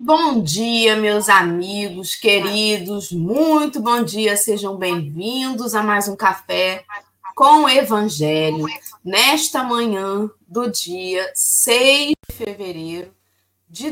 Bom dia, meus amigos queridos, muito bom dia, sejam bem-vindos a mais um Café com o Evangelho, nesta manhã do dia 6 de fevereiro de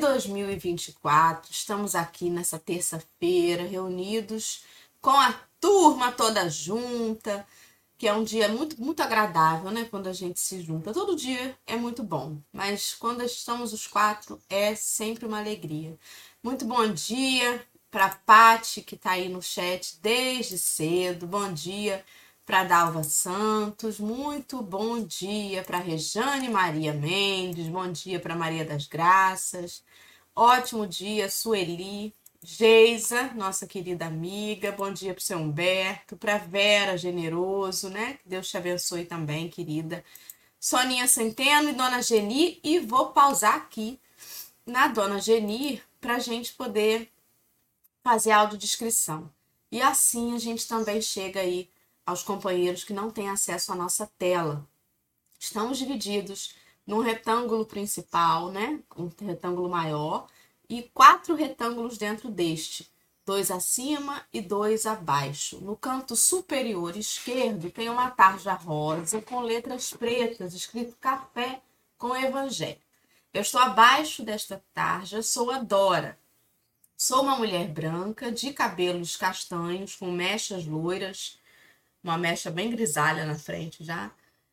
2024. Estamos aqui nessa terça-feira, reunidos com a turma toda junta, que é um dia muito agradável, né? Quando a gente se junta. Todo dia é muito bom, mas quando estamos os quatro é sempre uma alegria. Muito bom dia para a Pati, que está aí no chat desde cedo. Bom dia para a Dalva Santos. Muito bom dia para a Rejane Maria Mendes. Bom dia para Maria das Graças. Ótimo dia, Sueli. Geisa, nossa querida amiga, bom dia para o seu Humberto, para Vera Generoso, né? Que Deus te abençoe também, querida. Soninha Centeno e Dona Geni, e vou pausar aqui na Dona Geni para a gente poder fazer a audiodescrição. E assim a gente também chega aí aos companheiros que não têm acesso à nossa tela. Estamos divididos num retângulo principal, né? Um retângulo maior, e 4 retângulos dentro deste, 2 acima e 2 abaixo. No canto superior esquerdo tem uma tarja rosa com letras pretas, escrito Café com Evangelho. Eu estou abaixo desta tarja, sou a Dora. Sou uma mulher branca, de cabelos castanhos, com mechas loiras, uma mecha bem grisalha na frente já,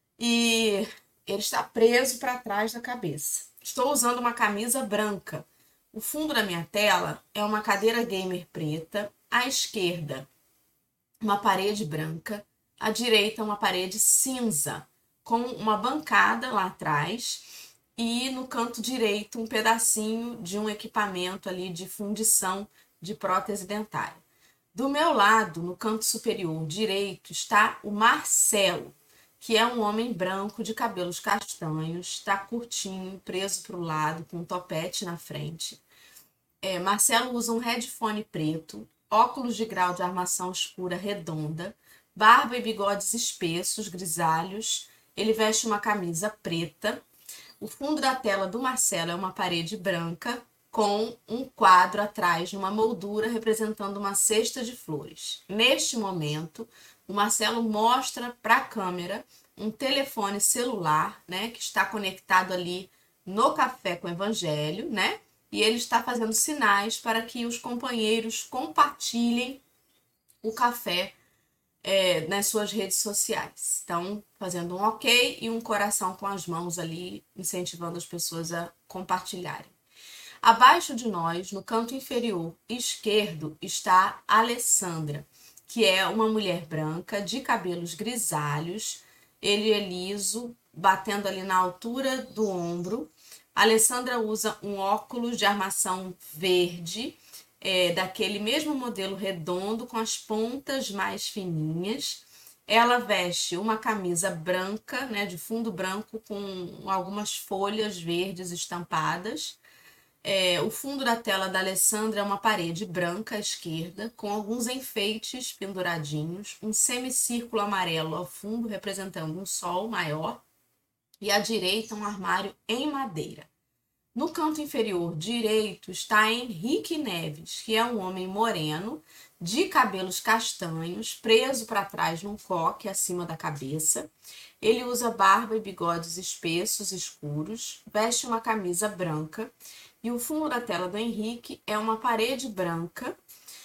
e ele está preso para trás da cabeça. Estou usando uma camisa branca. O fundo da minha tela é uma cadeira gamer preta, à esquerda uma parede branca, à direita uma parede cinza, com uma bancada lá atrás e no canto direito um pedacinho de um equipamento ali de fundição de prótese dentária. Do meu lado, no canto superior direito, está o Marcelo, que é um homem branco de cabelos castanhos, está curtinho, preso para o lado, com um topete na frente. Marcelo usa um headphone preto, óculos de grau de armação escura redonda, barba e bigodes espessos, grisalhos. Ele veste uma camisa preta. O fundo da tela do Marcelo é uma parede branca com um quadro atrás de uma moldura representando uma cesta de flores. Neste momento, o Marcelo mostra para a câmera um telefone celular, né, que está conectado ali no Café com Evangelho, né? E ele está fazendo sinais para que os companheiros compartilhem o café nas suas redes sociais. Estão fazendo um ok e um coração com as mãos ali, incentivando as pessoas a compartilharem. Abaixo de nós, no canto inferior esquerdo, está a Alessandra, que é uma mulher branca de cabelos grisalhos. Ele é liso, batendo ali na altura do ombro. A Alessandra usa um óculos de armação verde, daquele mesmo modelo redondo, com as pontas mais fininhas. Ela veste uma camisa branca, né, de fundo branco, com algumas folhas verdes estampadas. O fundo da tela da Alessandra é uma parede branca à esquerda, com alguns enfeites penduradinhos, um semicírculo amarelo ao fundo, representando um sol maior, e à direita um armário em madeira. No canto inferior direito está Henrique Neves, que é um homem moreno, de cabelos castanhos, preso para trás num coque acima da cabeça. Ele usa barba e bigodes espessos, escuros, veste uma camisa branca, e o fundo da tela do Henrique é uma parede branca.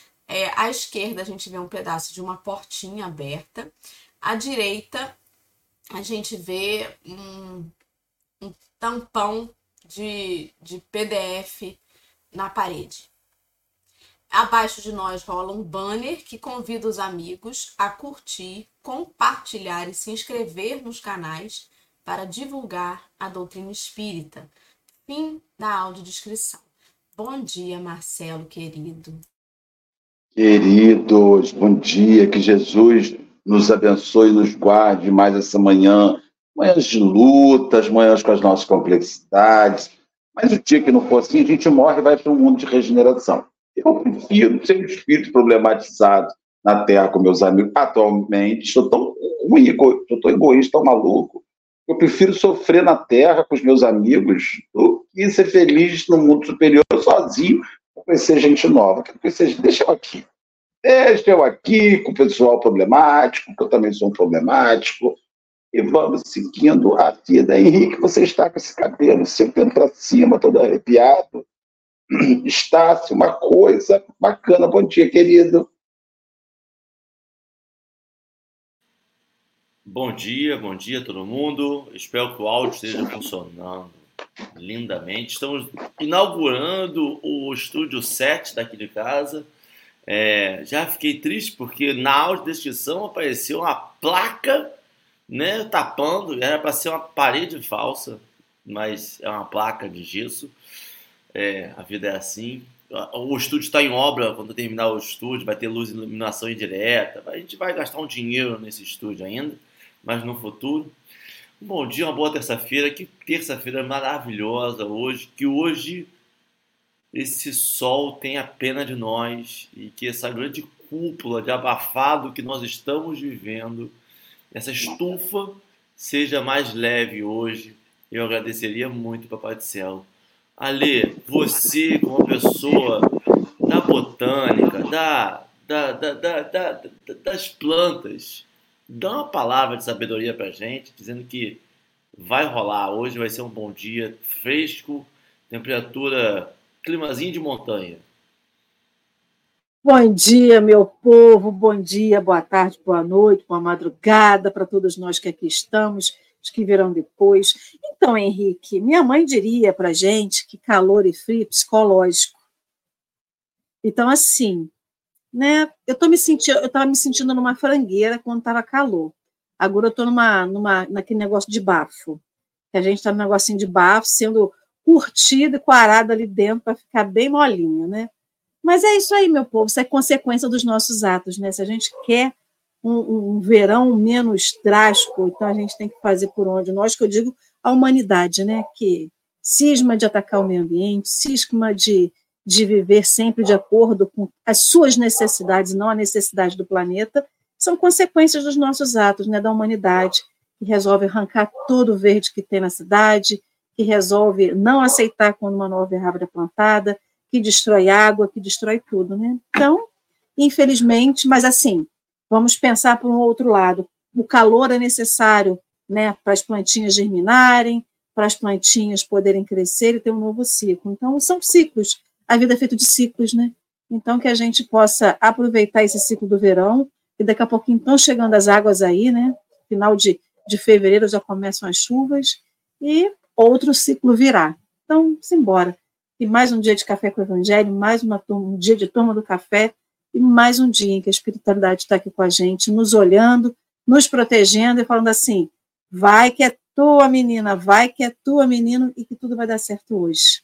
À esquerda a gente vê um pedaço de uma portinha aberta. À direita a gente vê um tampão de PDF na parede. Abaixo de nós rola um banner que convida os amigos a curtir, compartilhar e se inscrever nos canais para divulgar a doutrina espírita. Fim da audiodescrição. Bom dia, Marcelo, querido. Queridos, bom dia, que Jesus nos abençoe e nos guarde mais essa manhã, manhãs de lutas, manhãs com as nossas complexidades, mas o dia que não for assim, a gente morre e vai para um mundo de regeneração. Eu prefiro ser um espírito problematizado na Terra com meus amigos. Atualmente, estou tão ruim, eu tão egoísta, tão maluco. Eu prefiro sofrer na Terra com os meus amigos do que ser feliz no mundo superior sozinho, conhecer gente nova, quero conhecer gente. Deixa eu aqui com o pessoal problemático, que eu também sou um problemático, e vamos seguindo a vida. Henrique, você está com esse cabelo sempre para cima, todo arrepiado. Está-se uma coisa bacana. Bom dia, querido. Bom dia a todo mundo. Espero que o áudio esteja funcionando lindamente. Estamos inaugurando o estúdio 7 daqui de casa. Já fiquei triste porque na audiodescrição apareceu uma placa, né, tapando. Era para ser uma parede falsa, mas é uma placa de gesso. A vida é assim. O estúdio está em obra. Quando terminar o estúdio vai ter luz e iluminação indireta. A gente vai gastar um dinheiro nesse estúdio ainda, mas no futuro. Um bom dia, uma boa terça-feira. Que terça-feira maravilhosa hoje. Que hoje esse sol tenha pena de nós e que essa grande cúpula de abafado que nós estamos vivendo, essa estufa, seja mais leve hoje. Eu agradeceria muito, Papai do Céu. Ale, você como pessoa da botânica, das plantas, dá uma palavra de sabedoria pra gente, dizendo que vai rolar. Hoje vai ser um bom dia, fresco, temperatura, climazinho de montanha. Bom dia, meu povo, bom dia, boa tarde, boa noite, boa madrugada para todos nós que aqui estamos, os que virão depois. Então, Henrique, minha mãe diria para a gente que calor e frio é psicológico. Então, assim, né, eu estava me sentindo numa frangueira quando estava calor. Agora eu estou naquele negócio de bafo, que a gente está num negocinho de bafo, sendo curtido e coarado ali dentro para ficar bem molinho, né? Mas é isso aí, meu povo, isso é consequência dos nossos atos, né? Se a gente quer um verão menos drástico, então a gente tem que fazer por onde? Nós, que eu digo, a humanidade, né? Que cisma de atacar o meio ambiente, cisma de viver sempre de acordo com as suas necessidades, não a necessidade do planeta, são consequências dos nossos atos, né? Da humanidade, que resolve arrancar todo o verde que tem na cidade, que resolve não aceitar quando uma nova árvore é plantada, que destrói água, que destrói tudo, né? Então, infelizmente, mas assim, vamos pensar por um outro lado. O calor é necessário, né, para as plantinhas germinarem, para as plantinhas poderem crescer e ter um novo ciclo. Então, são ciclos. A vida é feita de ciclos, né? Então, que a gente possa aproveitar esse ciclo do verão, e daqui a pouquinho estão chegando as águas aí, né? Final de fevereiro já começam as chuvas, e outro ciclo virá. Então, simbora. E mais um dia de café com o Evangelho, mais um dia de turma do café, e mais um dia em que a espiritualidade está aqui com a gente, nos olhando, nos protegendo e falando assim, vai que é tua menina, vai que é tua menino, e que tudo vai dar certo hoje.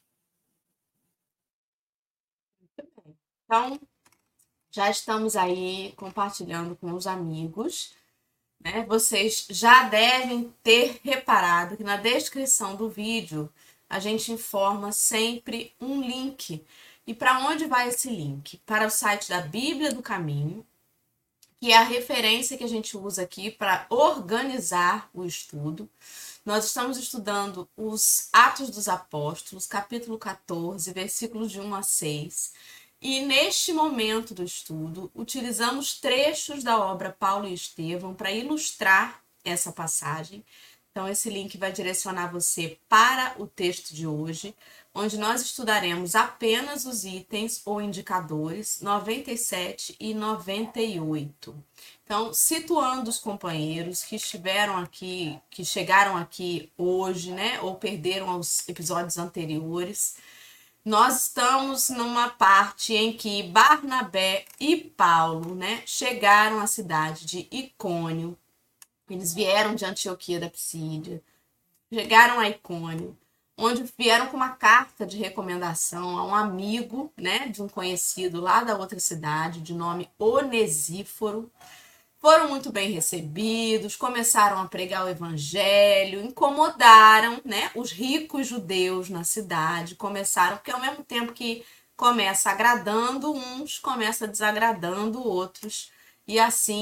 Então, já estamos aí compartilhando com os amigos, né? Vocês já devem ter reparado que na descrição do vídeo a gente informa sempre um link. E para onde vai esse link? Para o site da Bíblia do Caminho, que é a referência que a gente usa aqui para organizar o estudo. Nós estamos estudando os Atos dos Apóstolos, capítulo 14, versículos de 1 a 6. E neste momento do estudo, utilizamos trechos da obra Paulo e Estevão para ilustrar essa passagem. Então, esse link vai direcionar você para o texto de hoje, onde nós estudaremos apenas os itens ou indicadores 97 e 98. Então, situando os companheiros que estiveram aqui, que chegaram aqui hoje, né, ou perderam os episódios anteriores, nós estamos numa parte em que Barnabé e Paulo, né, chegaram à cidade de Icônio. Eles vieram de Antioquia da Psídia, chegaram a Icônio, onde vieram com uma carta de recomendação a um amigo, né, de um conhecido lá da outra cidade, de nome Onesíforo. Foram muito bem recebidos, começaram a pregar o evangelho, incomodaram, né, os ricos judeus na cidade, porque ao mesmo tempo que começa agradando uns, começa desagradando outros, e assim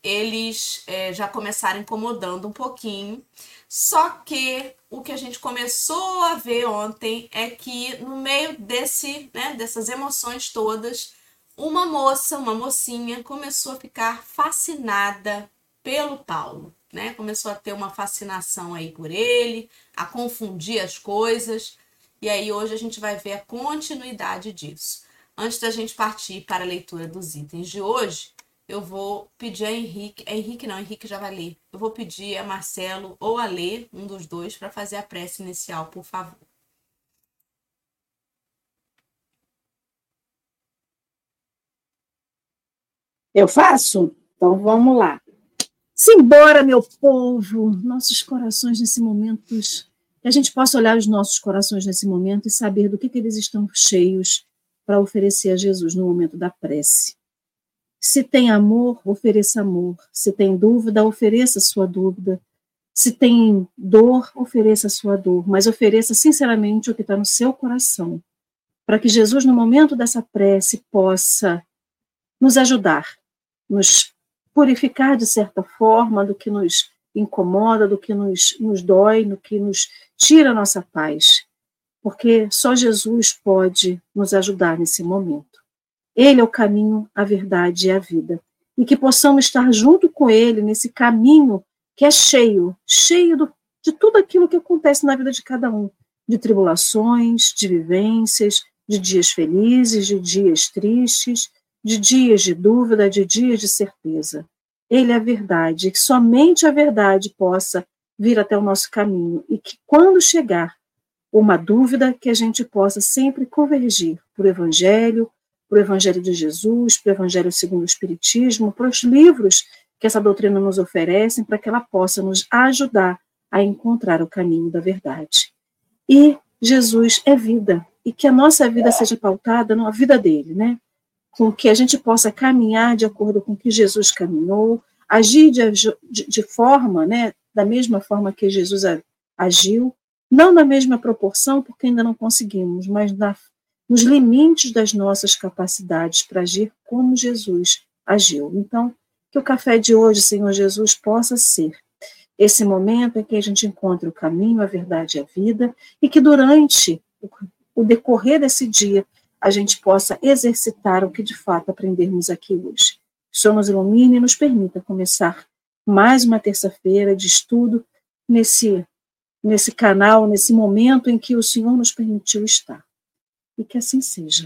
eles já começaram incomodando um pouquinho. Só que o que a gente começou a ver ontem é que no meio dessas emoções todas, uma mocinha, começou a ficar fascinada pelo Paulo, né? Começou a ter uma fascinação aí por ele, a confundir as coisas. E aí hoje a gente vai ver a continuidade disso. Antes da gente partir para a leitura dos itens de hoje, eu vou pedir a Henrique. Henrique já vai ler. Eu vou pedir a Marcelo ou a Lê, um dos dois, para fazer a prece inicial, por favor. Eu faço? Então vamos lá. Simbora, meu povo, nossos corações nesse momento, que a gente possa olhar os nossos corações nesse momento e saber do que eles estão cheios para oferecer a Jesus no momento da prece. Se tem amor, ofereça amor. Se tem dúvida, ofereça sua dúvida. Se tem dor, ofereça sua dor, mas ofereça sinceramente o que está no seu coração, para que Jesus, no momento dessa prece, possa nos ajudar, nos purificar de certa forma do que nos incomoda, do que nos dói, do que nos tira a nossa paz. Porque só Jesus pode nos ajudar nesse momento. Ele é o caminho, a verdade e a vida. E que possamos estar junto com ele nesse caminho que é cheio de tudo aquilo que acontece na vida de cada um. De tribulações, de vivências, de dias felizes, de dias tristes, de dias de dúvida, de dias de certeza. Ele é a verdade, e que somente a verdade possa vir até o nosso caminho, e que quando chegar uma dúvida, que a gente possa sempre convergir para o Evangelho de Jesus, para o Evangelho segundo o Espiritismo, para os livros que essa doutrina nos oferece, para que ela possa nos ajudar a encontrar o caminho da verdade. E Jesus é vida, e que a nossa vida seja pautada na vida dele, né? Com que a gente possa caminhar de acordo com o que Jesus caminhou, agir de forma, né, da mesma forma que Jesus agiu, não na mesma proporção, porque ainda não conseguimos, mas nos limites das nossas capacidades para agir como Jesus agiu. Então, que o café de hoje, Senhor Jesus, possa ser esse momento em que a gente encontra o caminho, a verdade e a vida, e que durante o decorrer desse dia a gente possa exercitar o que de fato aprendermos aqui hoje. Que o Senhor nos ilumine e nos permita começar mais uma terça-feira de estudo nesse canal, nesse momento em que o Senhor nos permitiu estar. E que assim seja.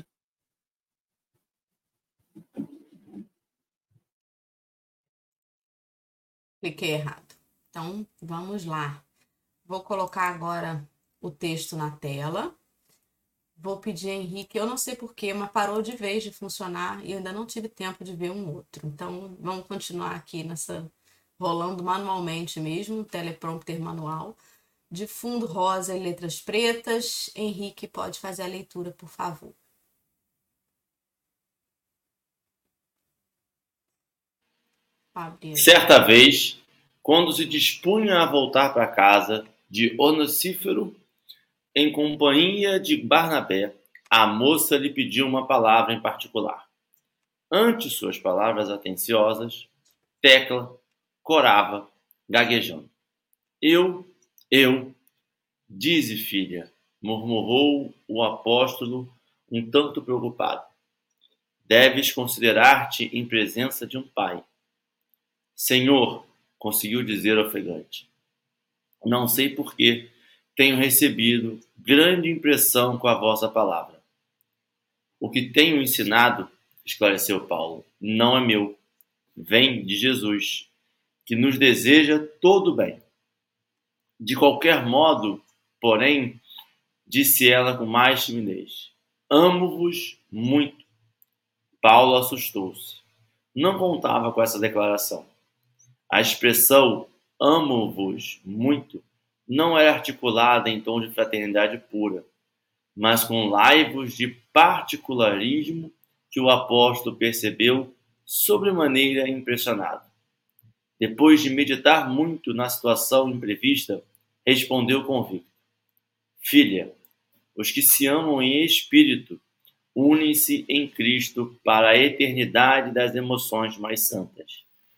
Cliquei errado. Então, vamos lá. Vou colocar agora o texto na tela. Vou pedir a Henrique, eu não sei porquê, mas parou de vez de funcionar e eu ainda não tive tempo de ver um outro. Então, vamos continuar aqui rolando manualmente mesmo, teleprompter manual. De fundo rosa e letras pretas. Henrique, pode fazer a leitura, por favor. Certa vez, quando se dispunha a voltar para casa de Onesíforo, em companhia de Barnabé, a moça lhe pediu uma palavra em particular. Ante suas palavras atenciosas, Tecla corava, gaguejando. Eu, dize, filha, murmurou o apóstolo, um tanto preocupado. Deves considerar-te em presença de um pai. Senhor, conseguiu dizer ofegante, não sei por quê, tenho recebido grande impressão com a vossa palavra. O que tenho ensinado, esclareceu Paulo, não é meu, vem de Jesus, que nos deseja todo bem. De qualquer modo, porém, disse ela com mais timidez, amo-vos muito. Paulo assustou-se. Não contava com essa declaração. A expressão amo-vos muito não era articulada em tom de fraternidade pura, mas com laivos de particularismo que o apóstolo percebeu sobremaneira impressionado. Depois de meditar muito na situação imprevista, respondeu convicto. Filha, os que se amam em espírito unem-se em Cristo para a eternidade das emoções mais santas.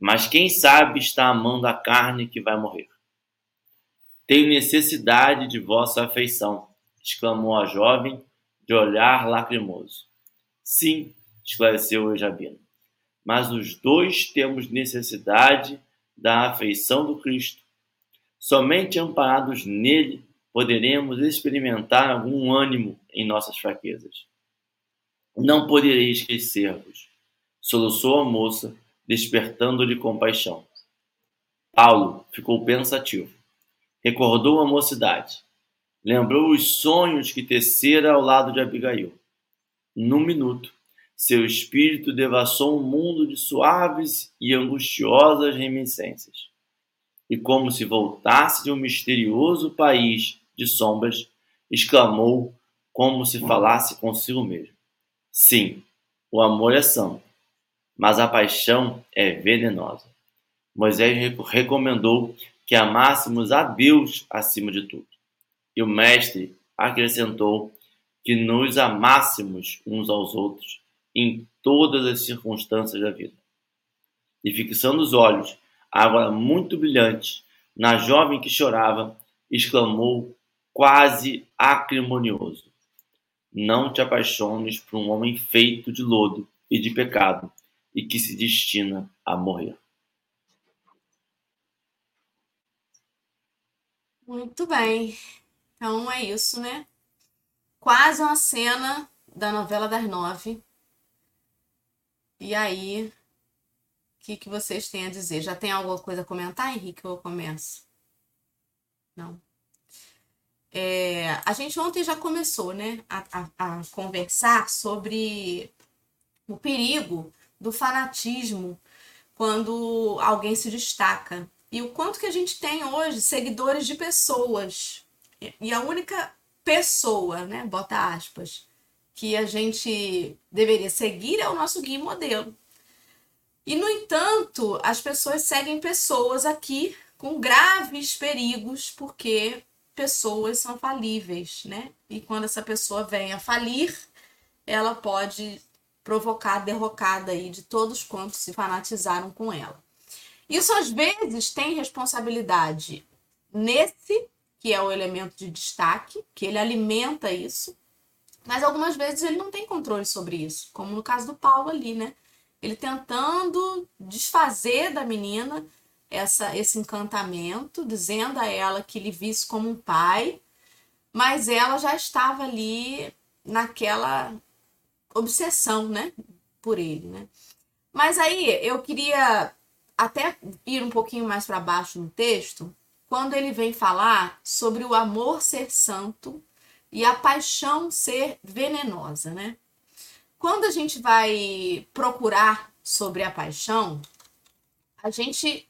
mas quem sabe está amando a carne que vai morrer. Tenho necessidade de vossa afeição, exclamou a jovem, de olhar lacrimoso. Sim, esclareceu o Jabino, mas os dois temos necessidade da afeição do Cristo. Somente amparados nele poderemos experimentar algum ânimo em nossas fraquezas. Não poderei esquecer-vos, soluçou a moça, despertando-lhe compaixão. Paulo ficou pensativo. Recordou a mocidade. Lembrou os sonhos que tecera ao lado de Abigail. Num minuto, seu espírito devassou um mundo de suaves e angustiosas reminiscências. E como se voltasse de um misterioso país de sombras, exclamou como se falasse consigo mesmo. Sim, o amor é santo, mas a paixão é venenosa. Moisés recomendou que amássemos a Deus acima de tudo. E o mestre acrescentou que nos amássemos uns aos outros em todas as circunstâncias da vida. E fixando os olhos, agora muito brilhante, na jovem que chorava, exclamou quase acrimonioso: não te apaixones por um homem feito de lodo e de pecado e que se destina a morrer. Muito bem. Então é isso, né? Quase uma cena da novela das 9. E aí, o que vocês têm a dizer? Já tem alguma coisa a comentar, Henrique, ou eu começo? Não. A gente ontem já começou, né, a conversar sobre o perigo do fanatismo quando alguém se destaca. E o quanto que a gente tem hoje seguidores de pessoas. E a única pessoa, né, bota aspas, que a gente deveria seguir é o nosso guia e modelo. E, no entanto, as pessoas seguem pessoas aqui com graves perigos, porque pessoas são falíveis, né? E quando essa pessoa vem a falir, ela pode provocar a derrocada aí de todos quantos se fanatizaram com ela. Isso, às vezes, tem responsabilidade nesse, que é o elemento de destaque, que ele alimenta isso, mas algumas vezes ele não tem controle sobre isso, como no caso do Paulo ali, né? Ele tentando desfazer da menina esse encantamento, dizendo a ela que ele visse como um pai, mas ela já estava ali naquela obsessão, né, por ele, né? Mas aí eu queria até ir um pouquinho mais para baixo no texto, quando ele vem falar sobre o amor ser santo e a paixão ser venenosa, né? Quando a gente vai procurar sobre a paixão, a gente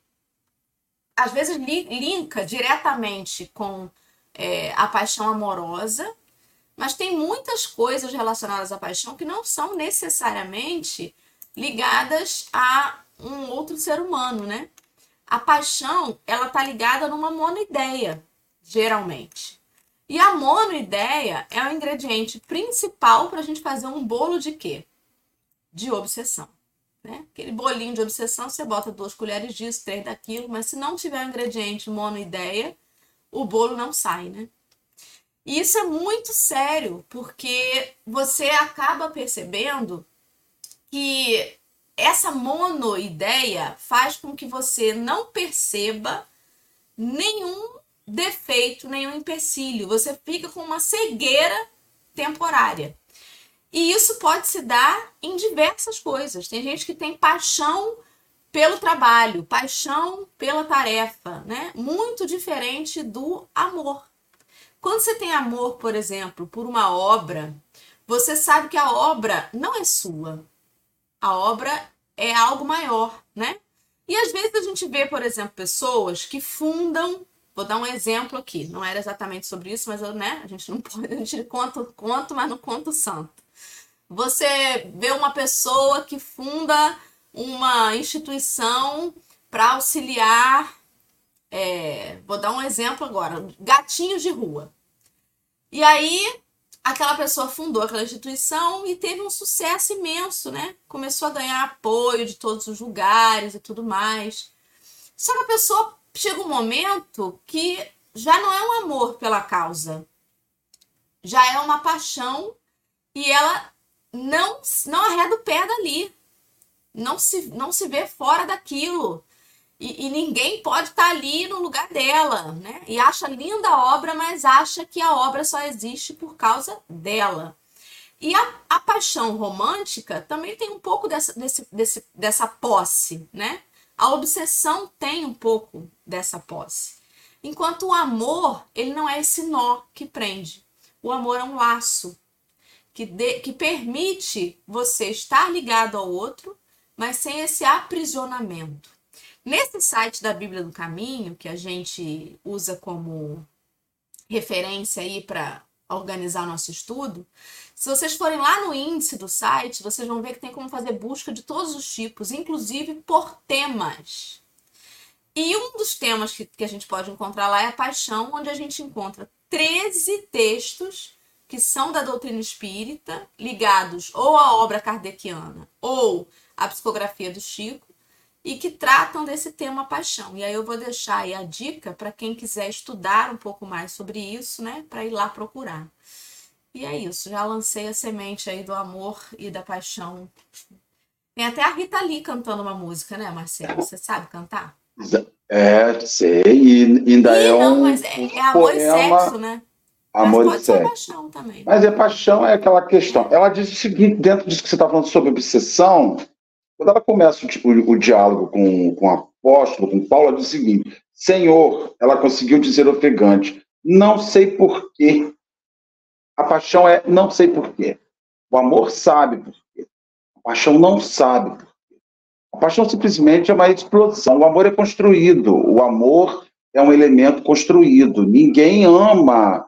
às vezes linka diretamente com a paixão amorosa, mas tem muitas coisas relacionadas à paixão que não são necessariamente ligadas a um outro ser humano, né? A paixão, ela tá ligada numa monoideia, geralmente. E a monoideia é o ingrediente principal para a gente fazer um bolo de quê? De obsessão, né? Aquele bolinho de obsessão, você bota 2 colheres disso, 3 daquilo, mas se não tiver o ingrediente monoideia, o bolo não sai, né? E isso é muito sério, porque você acaba percebendo que essa monoideia faz com que você não perceba nenhum defeito, nenhum empecilho. Você fica com uma cegueira temporária. E isso pode se dar em diversas coisas. Tem gente que tem paixão pelo trabalho, paixão pela tarefa, né? Muito diferente do amor. Quando você tem amor, por exemplo, por uma obra, você sabe que a obra não é sua. A obra é algo maior, né? E às vezes a gente vê, por exemplo, pessoas que fundam. Vou dar um exemplo aqui. Não era exatamente sobre isso, mas né? A gente não pode. A gente conta, mas não conta o santo. Você vê uma pessoa que funda uma instituição para auxiliar. Vou dar um exemplo agora. Gatinhos de rua. E aí aquela pessoa fundou aquela instituição e teve um sucesso imenso, né? Começou a ganhar apoio de todos os lugares e tudo mais. Só que a pessoa chega um momento que já não é um amor pela causa, já é uma paixão e ela não arreda o pé dali, não se vê fora daquilo. E ninguém pode estar ali no lugar dela, né? E acha linda a obra, mas acha que a obra só existe por causa dela. E a paixão romântica também tem um pouco dessa posse, né? A obsessão tem um pouco dessa posse. Enquanto o amor, ele não é esse nó que prende. O amor é um laço que permite você estar ligado ao outro, mas sem esse aprisionamento. Nesse site da Bíblia do Caminho, que a gente usa como referência aí para organizar nosso estudo, se vocês forem lá no índice do site, vocês vão ver que tem como fazer busca de todos os tipos, inclusive por temas. E um dos temas que a gente pode encontrar lá é a paixão, onde a gente encontra 13 textos que são da doutrina espírita, ligados ou à obra kardeciana ou à psicografia do Chico, e que tratam desse tema paixão. E aí eu vou deixar aí a dica para quem quiser estudar um pouco mais sobre isso, né, para ir lá procurar. E é isso, já lancei a semente aí do amor e da paixão. Tem até a Rita Lee cantando uma música, né, Marcelo? Você sabe cantar? Sei, e ainda mas é amor e sexo, né? Amor mas pode e ser sexo. paixão também. Mas paixão é aquela questão. Ela diz o seguinte, dentro disso que você está falando sobre obsessão, quando ela começa o diálogo com o apóstolo, com Paulo, ela diz o seguinte: Senhor, ela conseguiu dizer ofegante, não sei porquê. A paixão é não sei porquê. O amor sabe porquê. A paixão não sabe porquê. A paixão simplesmente é uma explosão. O amor é construído. O amor é um elemento construído. Ninguém ama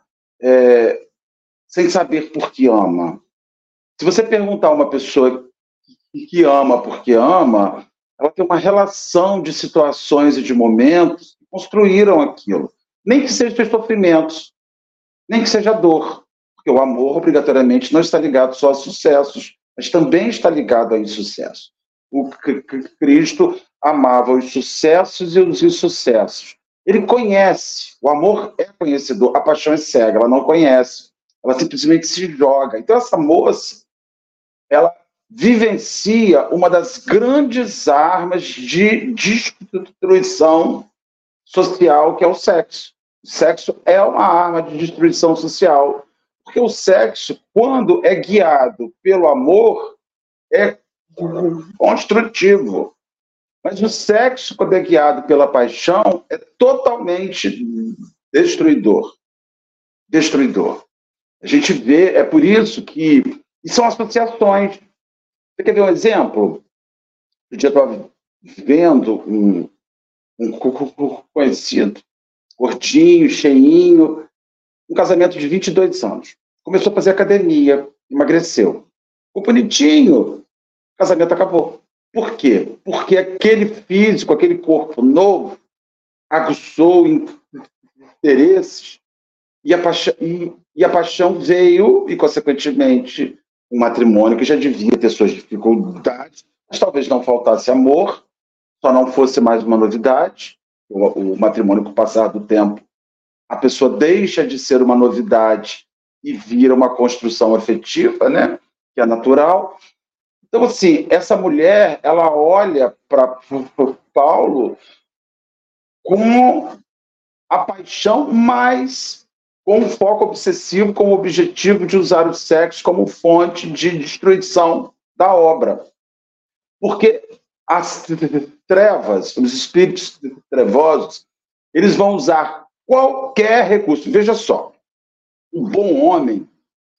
sem saber por que ama. Se você perguntar a uma pessoa que ama porque ama, ela tem uma relação de situações e de momentos que construíram aquilo. Nem que seja sofrimentos, nem que seja dor. Porque o amor, obrigatoriamente, não está ligado só a sucessos, mas também está ligado a insucessos. O Cristo amava os sucessos e os insucessos. Ele conhece, o amor é conhecedor, a paixão é cega, ela não conhece, ela simplesmente se joga. Então essa moça, ela vivencia uma das grandes armas de destruição social, que é o sexo. O sexo é uma arma de destruição social, porque o sexo, quando é guiado pelo amor, é construtivo. Mas o sexo, quando é guiado pela paixão, é totalmente destruidor. Destruidor. A gente vê, é por isso que... E são associações. Você quer ver um exemplo? Um dia eu estava vendo um conhecido, gordinho, cheinho, um casamento de 22 anos. Começou a fazer academia, emagreceu. Ficou bonitinho, o casamento acabou. Por quê? Porque aquele físico, aquele corpo novo, aguçou interesses e a paixão veio e, consequentemente, um matrimônio que já devia ter suas dificuldades, mas talvez não faltasse amor, só não fosse mais uma novidade. O matrimônio, com o passar do tempo, a pessoa deixa de ser uma novidade e vira uma construção afetiva, né? Que é natural. Então, assim, essa mulher, ela olha para Paulo com a paixão, mas com um foco obsessivo, com o objetivo de usar o sexo como fonte de destruição da obra. Porque as trevas, os espíritos trevosos, eles vão usar qualquer recurso. Veja só, o bom homem,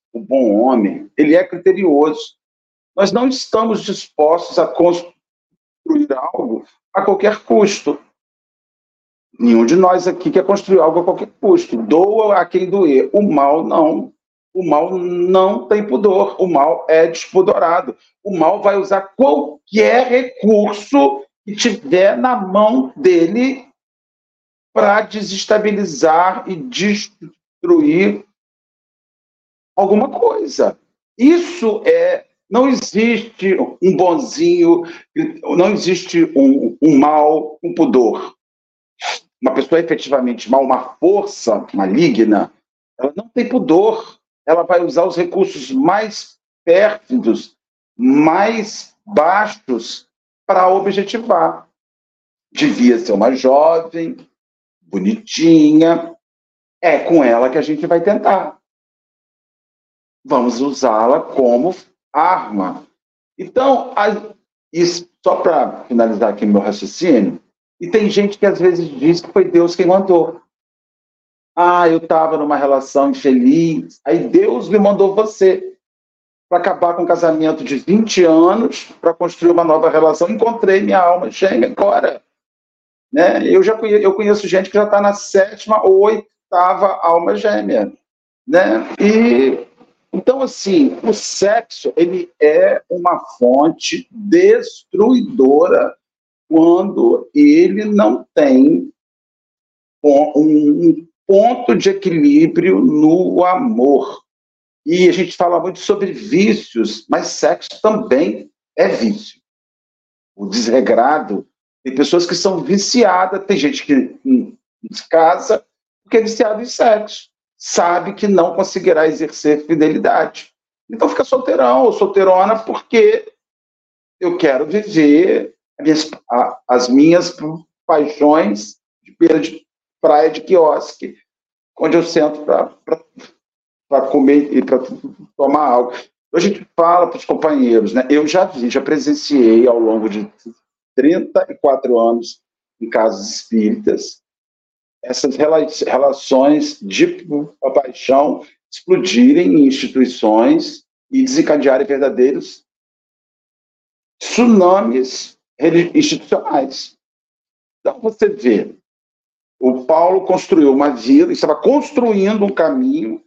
ele é criterioso. Nós não estamos dispostos a construir algo a qualquer custo. Nenhum de nós aqui quer construir algo a qualquer custo. Doa a quem doer. O mal não. O mal não tem pudor. O mal é despudorado. O mal vai usar qualquer recurso que tiver na mão dele para desestabilizar e destruir alguma coisa. Isso não existe um bonzinho, não existe um mal, um pudor. Uma pessoa efetivamente mal, uma força maligna, ela não tem pudor. Ela vai usar os recursos mais pérfidos, mais baixos para objetivar. Devia ser uma jovem, bonitinha, é com ela que a gente vai tentar. Vamos usá-la como arma. Então, isso, só para finalizar aqui meu raciocínio, e tem gente que às vezes diz que foi Deus quem mandou. Eu estava numa relação infeliz, aí Deus me mandou você para acabar com um casamento de 20 anos, para construir uma nova relação. Encontrei minha alma gêmea agora. Né? Eu conheço gente que já está na 7ª ou 8ª alma gêmea. Né? Então, assim, o sexo ele é uma fonte destruidora quando ele não tem um ponto de equilíbrio no amor. E a gente fala muito sobre vícios, mas sexo também é vício. O desregrado, tem pessoas que são viciadas, tem gente que se casa porque é viciado em sexo, sabe que não conseguirá exercer fidelidade. Então fica solteirão ou solteirona porque eu quero viver as minhas paixões de beira de praia de quiosque, onde eu sento para comer e para tomar algo. A gente fala para os companheiros, né? Eu já presenciei ao longo de 34 anos em casas espíritas essas relações de paixão explodirem em instituições e desencadearem verdadeiros tsunamis institucionais. Então você vê, o Paulo construiu uma vida, estava construindo um caminho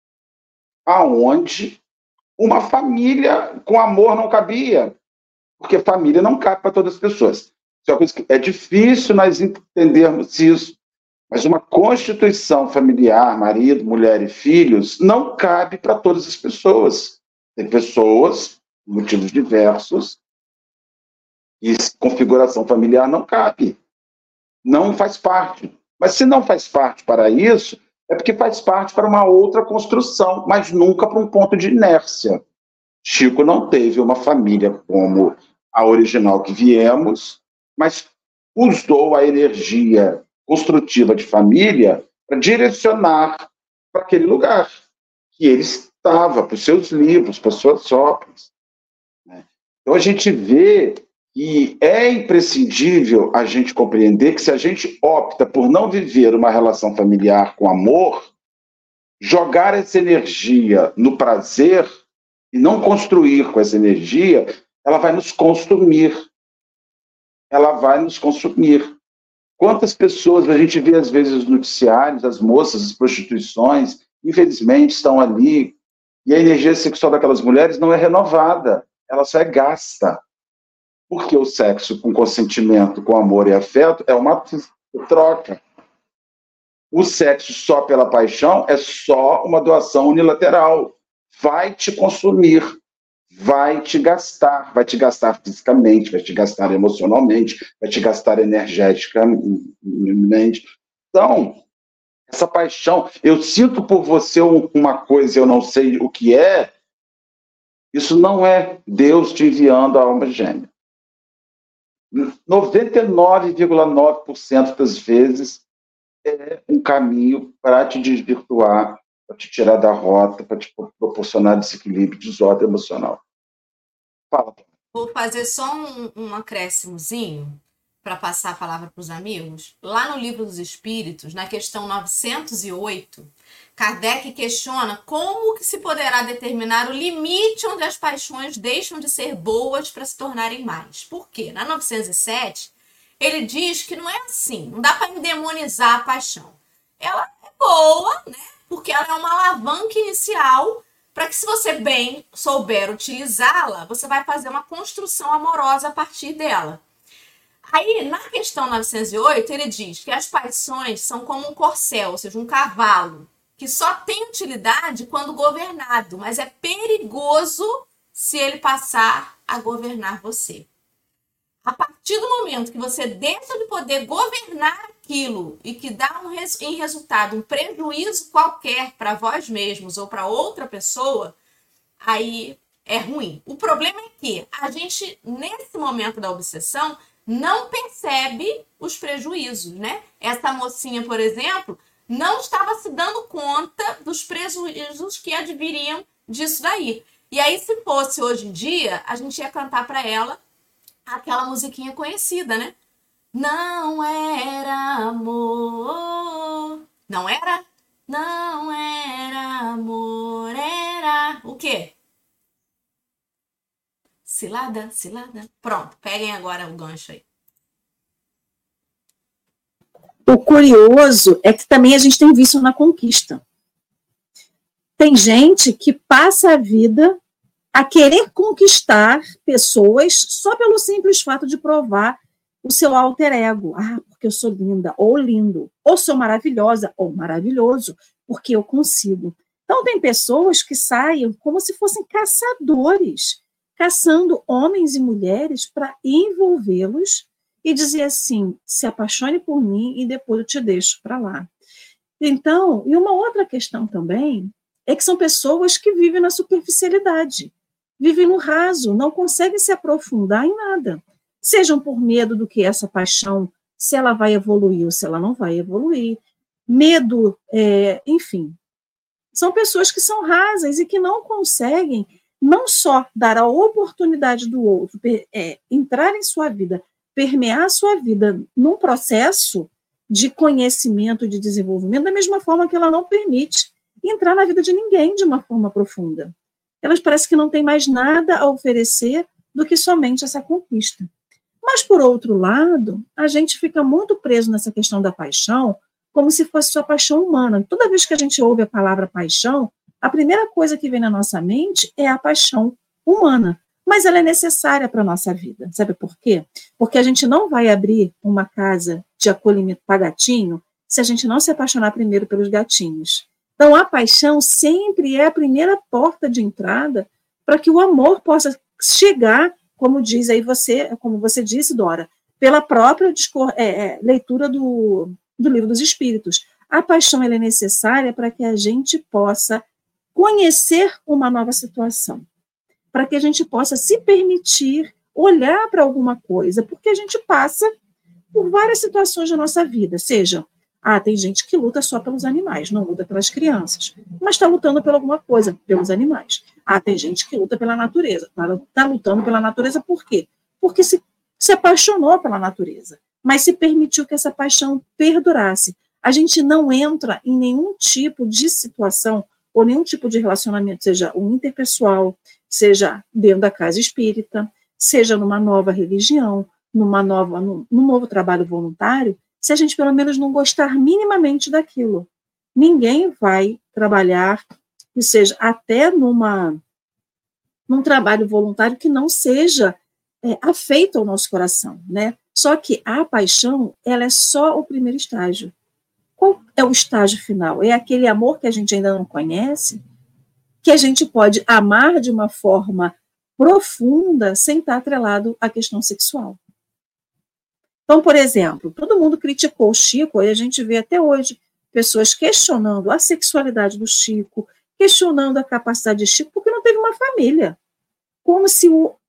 aonde uma família com amor não cabia, porque família não cabe para todas as pessoas. É difícil nós entendermos isso, mas uma constituição familiar, marido, mulher e filhos, não cabe para todas as pessoas. Tem pessoas, motivos diversos, e configuração familiar não cabe. Não faz parte. Mas se não faz parte para isso, é porque faz parte para uma outra construção, mas nunca para um ponto de inércia. Chico não teve uma família como a original que viemos, mas usou a energia construtiva de família para direcionar para aquele lugar que ele estava, para os seus livros, para as suas obras. Então a gente vê que é imprescindível a gente compreender que se a gente opta por não viver uma relação familiar com amor, jogar essa energia no prazer e não construir com essa energia, ela vai nos consumir. Ela vai nos consumir. Quantas pessoas a gente vê, às vezes, nos noticiários, as moças, as prostituições, infelizmente, estão ali, e a energia sexual daquelas mulheres não é renovada, ela só é gasta. Porque o sexo com consentimento, com amor e afeto é uma troca. O sexo só pela paixão é só uma doação unilateral. Vai te consumir, vai te gastar fisicamente, vai te gastar emocionalmente, vai te gastar energeticamente. Então, essa paixão, eu sinto por você uma coisa e eu não sei o que é, isso não é Deus te enviando a alma gêmea. 99,9% das vezes é um caminho para te desvirtuar, para te tirar da rota, para te proporcionar desequilíbrio, desordem emocional. Fala. Vou fazer só um acréscimozinho para passar a palavra para os amigos. Lá no Livro dos Espíritos, na questão 908, Kardec questiona como que se poderá determinar o limite onde as paixões deixam de ser boas para se tornarem más. Por quê? Na 907, ele diz que não é assim, não dá para endemonizar a paixão. Ela é boa, né? Porque ela é uma alavanca inicial para que, se você bem souber utilizá-la, você vai fazer uma construção amorosa a partir dela. Aí, na questão 908, ele diz que as paixões são como um corcel, ou seja, um cavalo, que só tem utilidade quando governado, mas é perigoso se ele passar a governar você. A partir do momento que você deixa de poder governar aquilo e que dá em resultado um prejuízo qualquer para vós mesmos ou para outra pessoa, aí é ruim. O problema é que a gente, nesse momento da obsessão, não percebe os prejuízos, né? Essa mocinha, por exemplo, não estava se dando conta dos prejuízos que adviriam disso daí. E aí, se fosse hoje em dia, a gente ia cantar para ela aquela musiquinha conhecida, né? Não era amor. Não era? Não era amor, era... O quê? Cilada, cilada. Pronto, peguem agora o gancho aí. O curioso é que também a gente tem visto na conquista. Tem gente que passa a vida a querer conquistar pessoas só pelo simples fato de provar o seu alter ego. Ah, porque eu sou linda, ou lindo, ou sou maravilhosa, ou maravilhoso, porque eu consigo. Então, tem pessoas que saem como se fossem caçadores, caçando homens e mulheres para envolvê-los e dizer assim, se apaixone por mim e depois eu te deixo para lá. Então, e uma outra questão também é que são pessoas que vivem na superficialidade, vivem no raso, não conseguem se aprofundar em nada, sejam por medo do que essa paixão, se ela vai evoluir ou se ela não vai evoluir, medo, enfim. São pessoas que são rasas e que não conseguem não só dar a oportunidade do outro entrar em sua vida, permear a sua vida num processo de conhecimento, de desenvolvimento, da mesma forma que ela não permite entrar na vida de ninguém de uma forma profunda. Elas parecem que não têm mais nada a oferecer do que somente essa conquista. Mas, por outro lado, a gente fica muito preso nessa questão da paixão, como se fosse sua paixão humana. Toda vez que a gente ouve a palavra paixão, a primeira coisa que vem na nossa mente é a paixão humana. Mas ela é necessária para a nossa vida. Sabe por quê? Porque a gente não vai abrir uma casa de acolhimento para gatinho se a gente não se apaixonar primeiro pelos gatinhos. Então, a paixão sempre é a primeira porta de entrada para que o amor possa chegar, como diz aí como você disse, Dora, pela própria leitura do Livro dos Espíritos. A paixão ela é necessária para que a gente possa conhecer uma nova situação, para que a gente possa se permitir olhar para alguma coisa, porque a gente passa por várias situações da nossa vida, seja, tem gente que luta só pelos animais, não luta pelas crianças, mas está lutando por alguma coisa, pelos animais. Tem gente que luta pela natureza, está lutando pela natureza por quê? Porque se apaixonou pela natureza, mas se permitiu que essa paixão perdurasse. A gente não entra em nenhum tipo de situação ou nenhum tipo de relacionamento, seja o interpessoal, seja dentro da casa espírita, seja numa nova religião, num novo trabalho voluntário, se a gente pelo menos não gostar minimamente daquilo. Ninguém vai trabalhar, que seja até num trabalho voluntário que não seja afeito ao nosso coração, né? Só que a paixão, ela é só o primeiro estágio. Qual é o estágio final? É aquele amor que a gente ainda não conhece, que a gente pode amar de uma forma profunda sem estar atrelado à questão sexual. Então, por exemplo, todo mundo criticou o Chico, e a gente vê até hoje pessoas questionando a sexualidade do Chico, questionando a capacidade de Chico, porque não teve uma família. Como se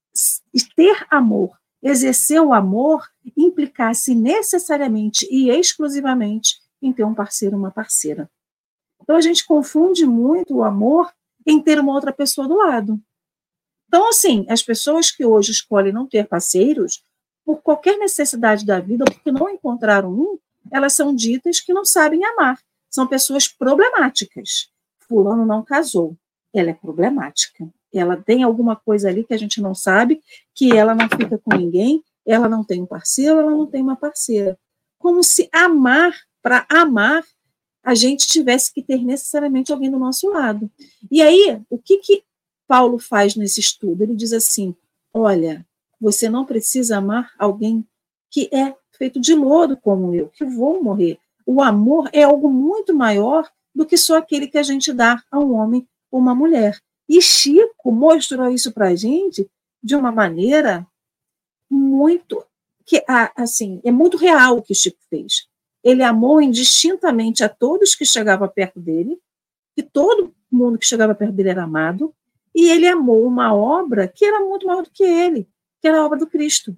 ter amor, exercer o amor, implicasse necessariamente e exclusivamente em ter um parceiro ou uma parceira. Então, a gente confunde muito o amor em ter uma outra pessoa do lado. Então, assim, as pessoas que hoje escolhem não ter parceiros, por qualquer necessidade da vida, porque não encontraram um, elas são ditas que não sabem amar. São pessoas problemáticas. Fulano não casou. Ela é problemática. Ela tem alguma coisa ali que a gente não sabe, que ela não fica com ninguém, ela não tem um parceiro, ela não tem uma parceira. Como se para amar, a gente tivesse que ter necessariamente alguém do nosso lado. E aí, o que Paulo faz nesse estudo? Ele diz assim, olha, você não precisa amar alguém que é feito de lodo como eu, que vou morrer. O amor é algo muito maior do que só aquele que a gente dá a um homem ou uma mulher. E Chico mostrou isso para a gente de uma maneira muito, assim, é muito real o que Chico fez. Ele amou indistintamente a todos que chegavam perto dele, que todo mundo que chegava perto dele era amado, e ele amou uma obra que era muito maior do que ele, que era a obra do Cristo.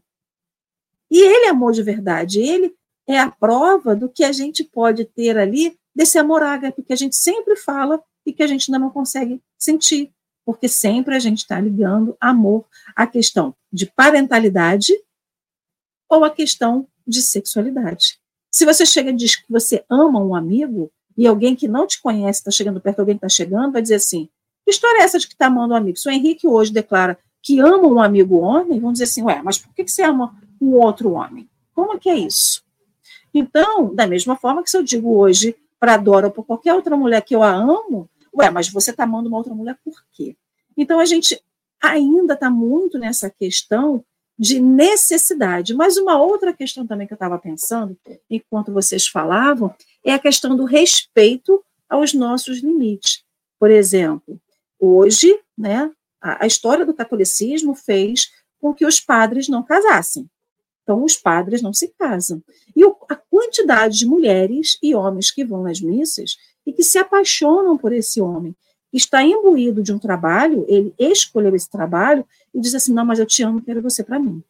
E ele amou de verdade, ele é a prova do que a gente pode ter ali desse amor ágape que a gente sempre fala e que a gente ainda não consegue sentir, porque sempre a gente está ligando amor à questão de parentalidade ou à questão de sexualidade. Se você chega e diz que você ama um amigo, e alguém que não te conhece está chegando perto, alguém que está chegando, vai dizer assim, que história é essa de que está amando um amigo? Se o Henrique hoje declara que ama um amigo homem, vão dizer assim, ué, mas por que você ama um outro homem? Como que é isso? Então, da mesma forma que se eu digo hoje para a Dora ou para qualquer outra mulher que eu a amo, ué, mas você está amando uma outra mulher por quê? Então, a gente ainda está muito nessa questão de necessidade. Mas uma outra questão também que eu estava pensando, enquanto vocês falavam, é a questão do respeito aos nossos limites. Por exemplo, hoje, né, a história do catolicismo fez com que os padres não casassem. Então, os padres não se casam. E a quantidade de mulheres e homens que vão nas missas e que se apaixonam por esse homem, que está imbuído de um trabalho, ele escolheu esse trabalho e diz assim, não, mas eu te amo, quero você para mim.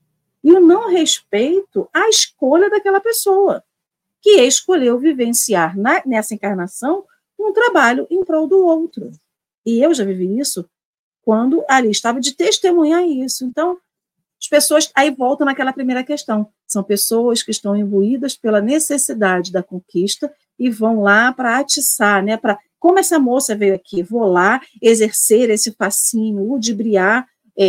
E o não respeito à escolha daquela pessoa, que escolheu vivenciar nessa encarnação um trabalho em prol do outro. E eu já vivi isso quando ali estava de testemunhar isso. Então, as pessoas aí voltam naquela primeira questão. São pessoas que estão imbuídas pela necessidade da conquista e vão lá para atiçar, né? Como essa moça veio aqui, vou lá exercer esse fascínio, ludibriar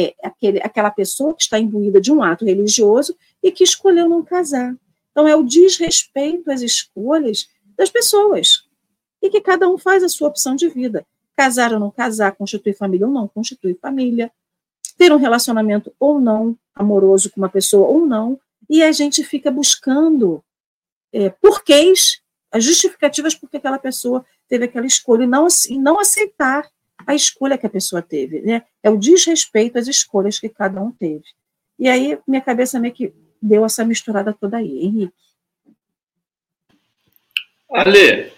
aquela pessoa que está imbuída de um ato religioso e que escolheu não casar. Então, é o desrespeito às escolhas das pessoas. E que cada um faz a sua opção de vida. Casar ou não casar, constituir família ou não constituir família, ter um relacionamento ou não, amoroso com uma pessoa ou não, e a gente fica buscando porquês, as justificativas porque aquela pessoa teve aquela escolha, e não aceitar a escolha que a pessoa teve. Né? É o desrespeito às escolhas que cada um teve. E aí, minha cabeça meio que deu essa misturada toda aí, Henrique. Ale,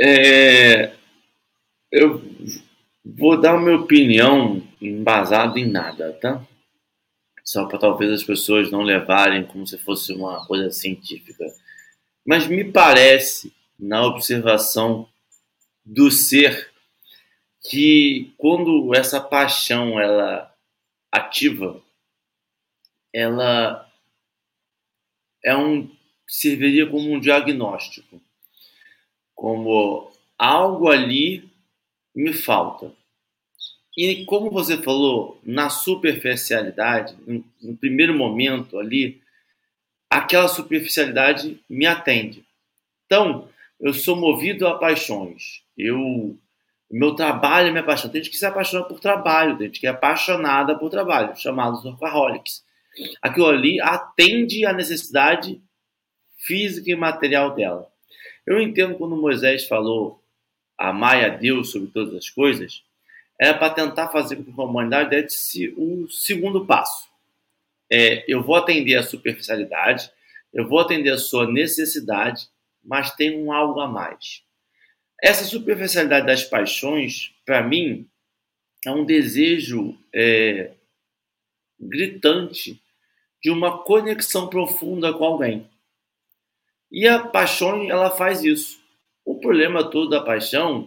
eu vou dar a minha opinião embasada em nada, tá? Só para talvez as pessoas não levarem como se fosse uma coisa científica. Mas me parece, na observação do ser, que quando essa paixão ela ativa, ela serviria como um diagnóstico, como algo ali me falta. E como você falou, na superficialidade, no primeiro momento ali, aquela superficialidade me atende. Então, eu sou movido a paixões. Meu trabalho é minha paixão. Tem gente que se apaixona por trabalho, tem gente que é apaixonada por trabalho, chamados workaholics. Aquilo ali atende à necessidade física e material dela. Eu entendo quando Moisés falou amai a Deus sobre todas as coisas, era para tentar fazer com que a humanidade desse o segundo passo. Eu vou atender a superficialidade, eu vou atender a sua necessidade, mas tem um algo a mais. Essa superficialidade das paixões, para mim, é um desejo gritante de uma conexão profunda com alguém. E a paixão, ela faz isso. O problema todo da paixão,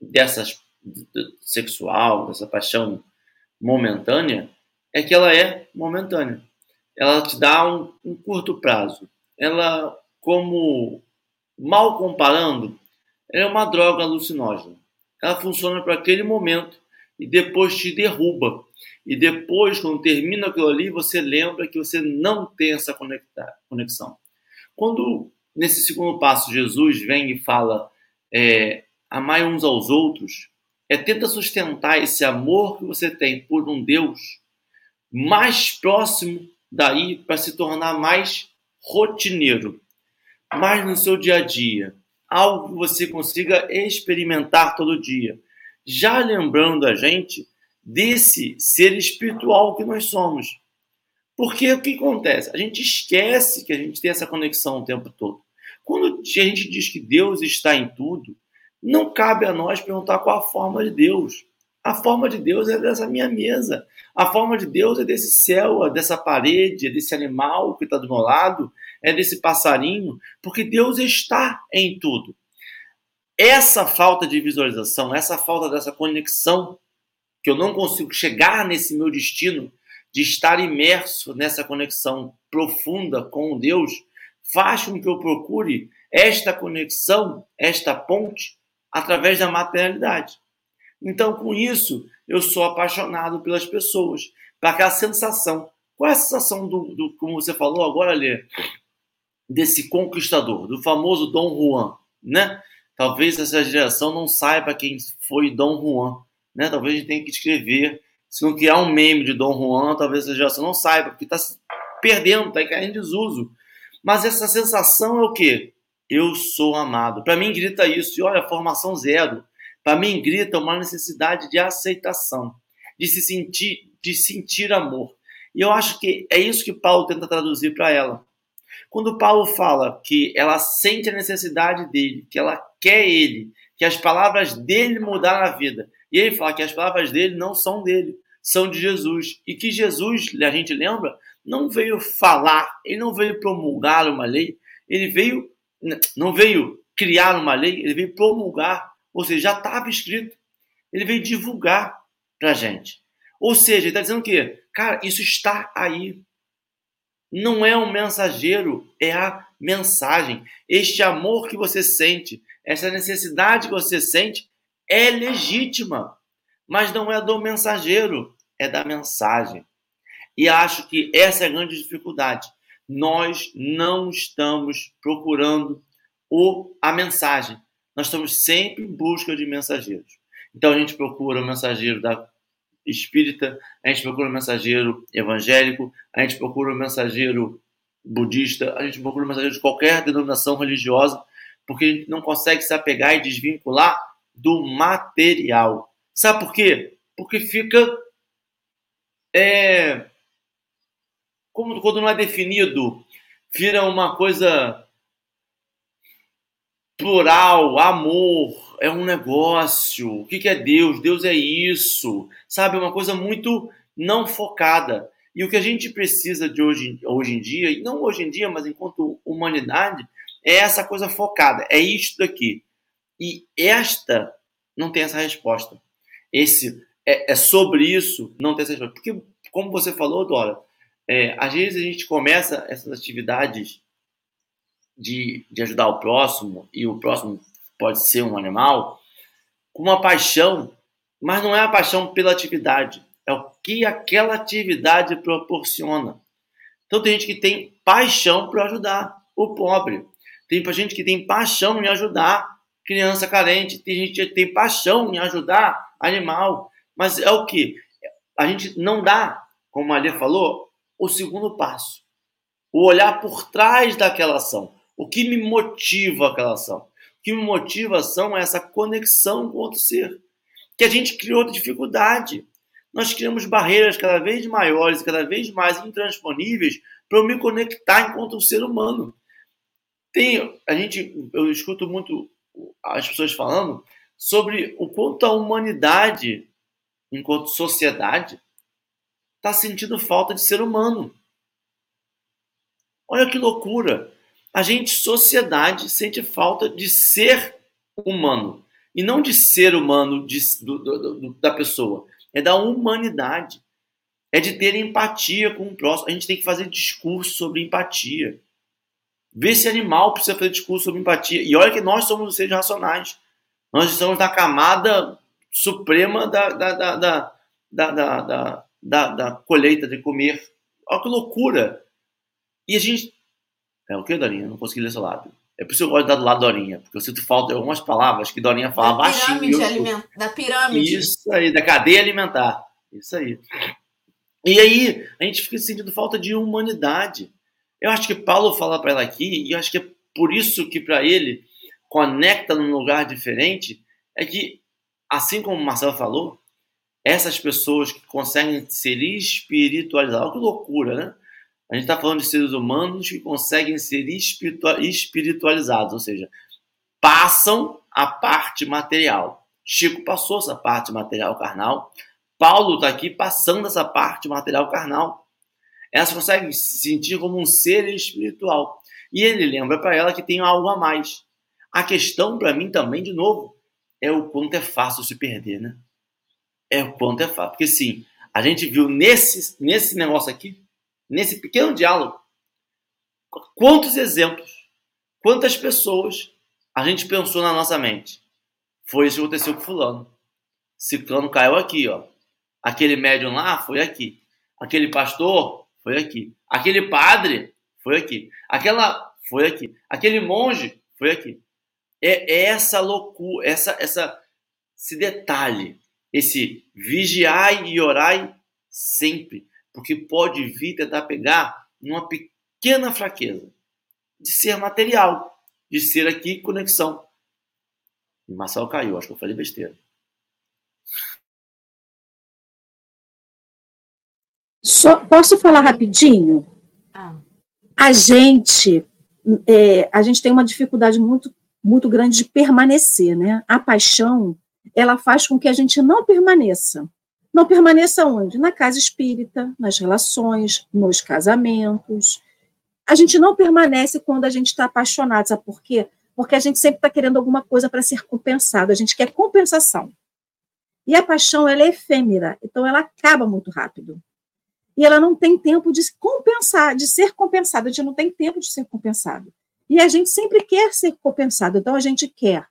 sexual, dessa paixão momentânea, é que ela é momentânea. Ela te dá um curto prazo. Ela, como mal comparando, ela é uma droga alucinógena. Ela funciona para aquele momento e depois te derruba. E depois, quando termina aquilo ali, você lembra que você não tem essa conexão. Quando, nesse segundo passo, Jesus vem e fala amai uns aos outros, tenta sustentar esse amor que você tem por um Deus mais próximo daí para se tornar mais rotineiro, mais no seu dia a dia. algo que você consiga experimentar todo dia. Já lembrando a gente desse ser espiritual que nós somos. Porque o que acontece? A gente esquece que a gente tem essa conexão o tempo todo. Quando a gente diz que Deus está em tudo, não cabe a nós perguntar qual a forma de Deus. A forma de Deus é dessa minha mesa. A forma de Deus é desse céu, é dessa parede, é desse animal que está do meu lado, é desse passarinho, porque Deus está em tudo. Essa falta de visualização, essa falta dessa conexão, que eu não consigo chegar nesse meu destino, de estar imerso nessa conexão profunda com Deus, faz com que eu procure esta conexão, esta ponte, através da materialidade. Então, com isso, eu sou apaixonado pelas pessoas, para aquela sensação. Qual é a sensação como você falou agora, Lê, desse conquistador, do famoso Dom Juan, né? Talvez essa geração não saiba quem foi Dom Juan, né? Talvez a gente tenha que escrever. Se não criar um meme de Dom Juan, talvez essa geração não saiba, porque está se perdendo, está caindo em desuso. Mas essa sensação é o quê? Eu sou amado. Para mim grita isso. E olha, formação zero. Para mim grita uma necessidade de aceitação, de se sentir amor. E eu acho que é isso que Paulo tenta traduzir para ela. Quando Paulo fala que ela sente a necessidade dele, que ela quer ele, que as palavras dele mudaram a vida. E ele fala que as palavras dele não são dele, são de Jesus. E que Jesus, a gente lembra, não veio falar, ele não veio promulgar uma lei, ele não veio criar uma lei, ele veio promulgar. Ou seja, já estava escrito. Ele veio divulgar para a gente. Ou seja, ele está dizendo o quê? Cara, isso está aí. Não é um mensageiro, é a mensagem. Este amor que você sente, essa necessidade que você sente, é legítima. Mas não é do mensageiro, é da mensagem. E acho que essa é a grande dificuldade. Nós não estamos procurando a mensagem. Nós estamos sempre em busca de mensageiros. Então a gente procura o mensageiro da espírita, a gente procura o mensageiro evangélico, a gente procura o mensageiro budista, a gente procura o mensageiro de qualquer denominação religiosa, porque a gente não consegue se apegar e desvincular do material. Sabe por quê? Porque fica quando não é definido, vira uma coisa plural, amor, é um negócio. O que é Deus? Deus é isso. Sabe? É uma coisa muito não focada. E o que a gente precisa de hoje em dia, e não hoje em dia, mas enquanto humanidade, é essa coisa focada. É isto daqui. E esta não tem essa resposta. É sobre isso, não tem essa resposta. Porque, como você falou, Dora, às vezes a gente começa essas atividades de ajudar o próximo, e o próximo pode ser um animal, com uma paixão, mas não é a paixão pela atividade, é o que aquela atividade proporciona. Então tem gente que tem paixão para ajudar o pobre, tem gente que tem paixão em ajudar criança carente, tem gente que tem paixão em ajudar animal, mas é o que? A gente não dá, como a Maria falou, o segundo passo, o olhar por trás daquela ação. O que me motiva aquela ação? O que me motiva a ação é essa conexão com outro ser, que a gente criou dificuldade. Nós criamos barreiras cada vez maiores, cada vez mais intransponíveis para eu me conectar enquanto um ser humano. Eu escuto muito as pessoas falando sobre o quanto a humanidade, enquanto sociedade, está sentindo falta de ser humano. Olha que loucura! A gente, sociedade, sente falta de ser humano. E não de ser humano da pessoa. É da humanidade. É de ter empatia com o próximo. A gente tem que fazer discurso sobre empatia. Ver se animal precisa fazer discurso sobre empatia. E olha que nós somos os seres racionais. Nós estamos na camada suprema da colheita de comer. Olha que loucura! E a gente... É o que, Dorinha? Eu não consegui ler seu lábio. É por isso que eu gosto de dar do lado da Dorinha, porque eu sinto falta de algumas palavras que Dorinha fala baixinho. Da pirâmide. Isso aí, da cadeia alimentar. Isso aí. E aí, a gente fica sentindo falta de humanidade. Eu acho que Paulo fala para ela aqui, e eu acho que é por isso que para ele conecta num lugar diferente, é que, assim como o Marcelo falou, essas pessoas que conseguem ser espiritualizadas, olha que loucura, né? A gente está falando de seres humanos que conseguem ser espiritualizados, ou seja, passam a parte material. Chico passou essa parte material carnal, Paulo está aqui passando essa parte material carnal. Elas conseguem se sentir como um ser espiritual. E ele lembra para ela que tem algo a mais. A questão para mim também, de novo, é o quanto é fácil se perder, né? É o quanto é fácil. Porque sim, a gente viu nesse negócio aqui, nesse pequeno diálogo, quantos exemplos, quantas pessoas a gente pensou na nossa mente. Foi isso que aconteceu com fulano. Ciclano caiu aqui, ó. Aquele médium lá foi aqui. Aquele pastor foi aqui. Aquele padre foi aqui. Aquela foi aqui. Aquele monge foi aqui. É essa loucura, esse detalhe, esse vigiai e orai sempre, porque pode vir tentar pegar numa pequena fraqueza de ser material, de ser aqui conexão. E Marcelo caiu, acho que eu falei besteira. Só posso falar rapidinho? A gente tem uma dificuldade muito grande de permanecer, né? A paixão, ela faz com que a gente não permaneça. Não permaneça onde? Na casa espírita, nas relações, nos casamentos. A gente não permanece quando a gente está apaixonado, sabe por quê? Porque a gente sempre está querendo alguma coisa para ser compensado, a gente quer compensação. E a paixão, ela é efêmera, então ela acaba muito rápido. E ela não tem tempo de compensar, de ser compensada, a gente não tem tempo de ser compensado. E a gente sempre quer ser compensado, então a gente quer,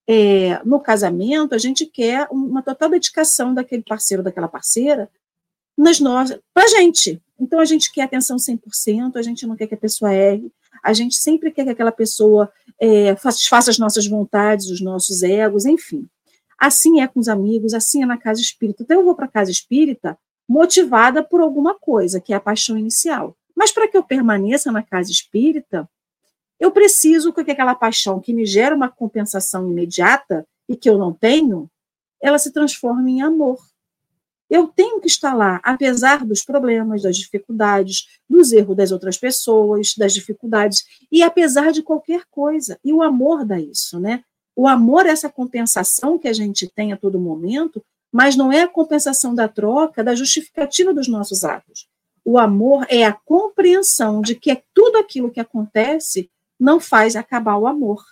no casamento, a gente quer uma total dedicação daquele parceiro, daquela parceira, para a gente. Então a gente quer atenção 100%, a gente não quer que a pessoa erre, a gente sempre quer que aquela pessoa faça as nossas vontades, os nossos egos, enfim. Assim é com os amigos, assim é na casa espírita. Então eu vou para a casa espírita motivada por alguma coisa, que é a paixão inicial. Mas para que eu permaneça na casa espírita, eu preciso que aquela paixão que me gera uma compensação imediata e que eu não tenho, ela se transforme em amor. Eu tenho que estar lá, apesar dos problemas, das dificuldades, dos erros das outras pessoas, das dificuldades, e apesar de qualquer coisa. E o amor dá isso, né? O amor é essa compensação que a gente tem a todo momento, mas não é a compensação da troca, da justificativa dos nossos atos. O amor é a compreensão de que tudo aquilo que acontece não faz acabar o amor.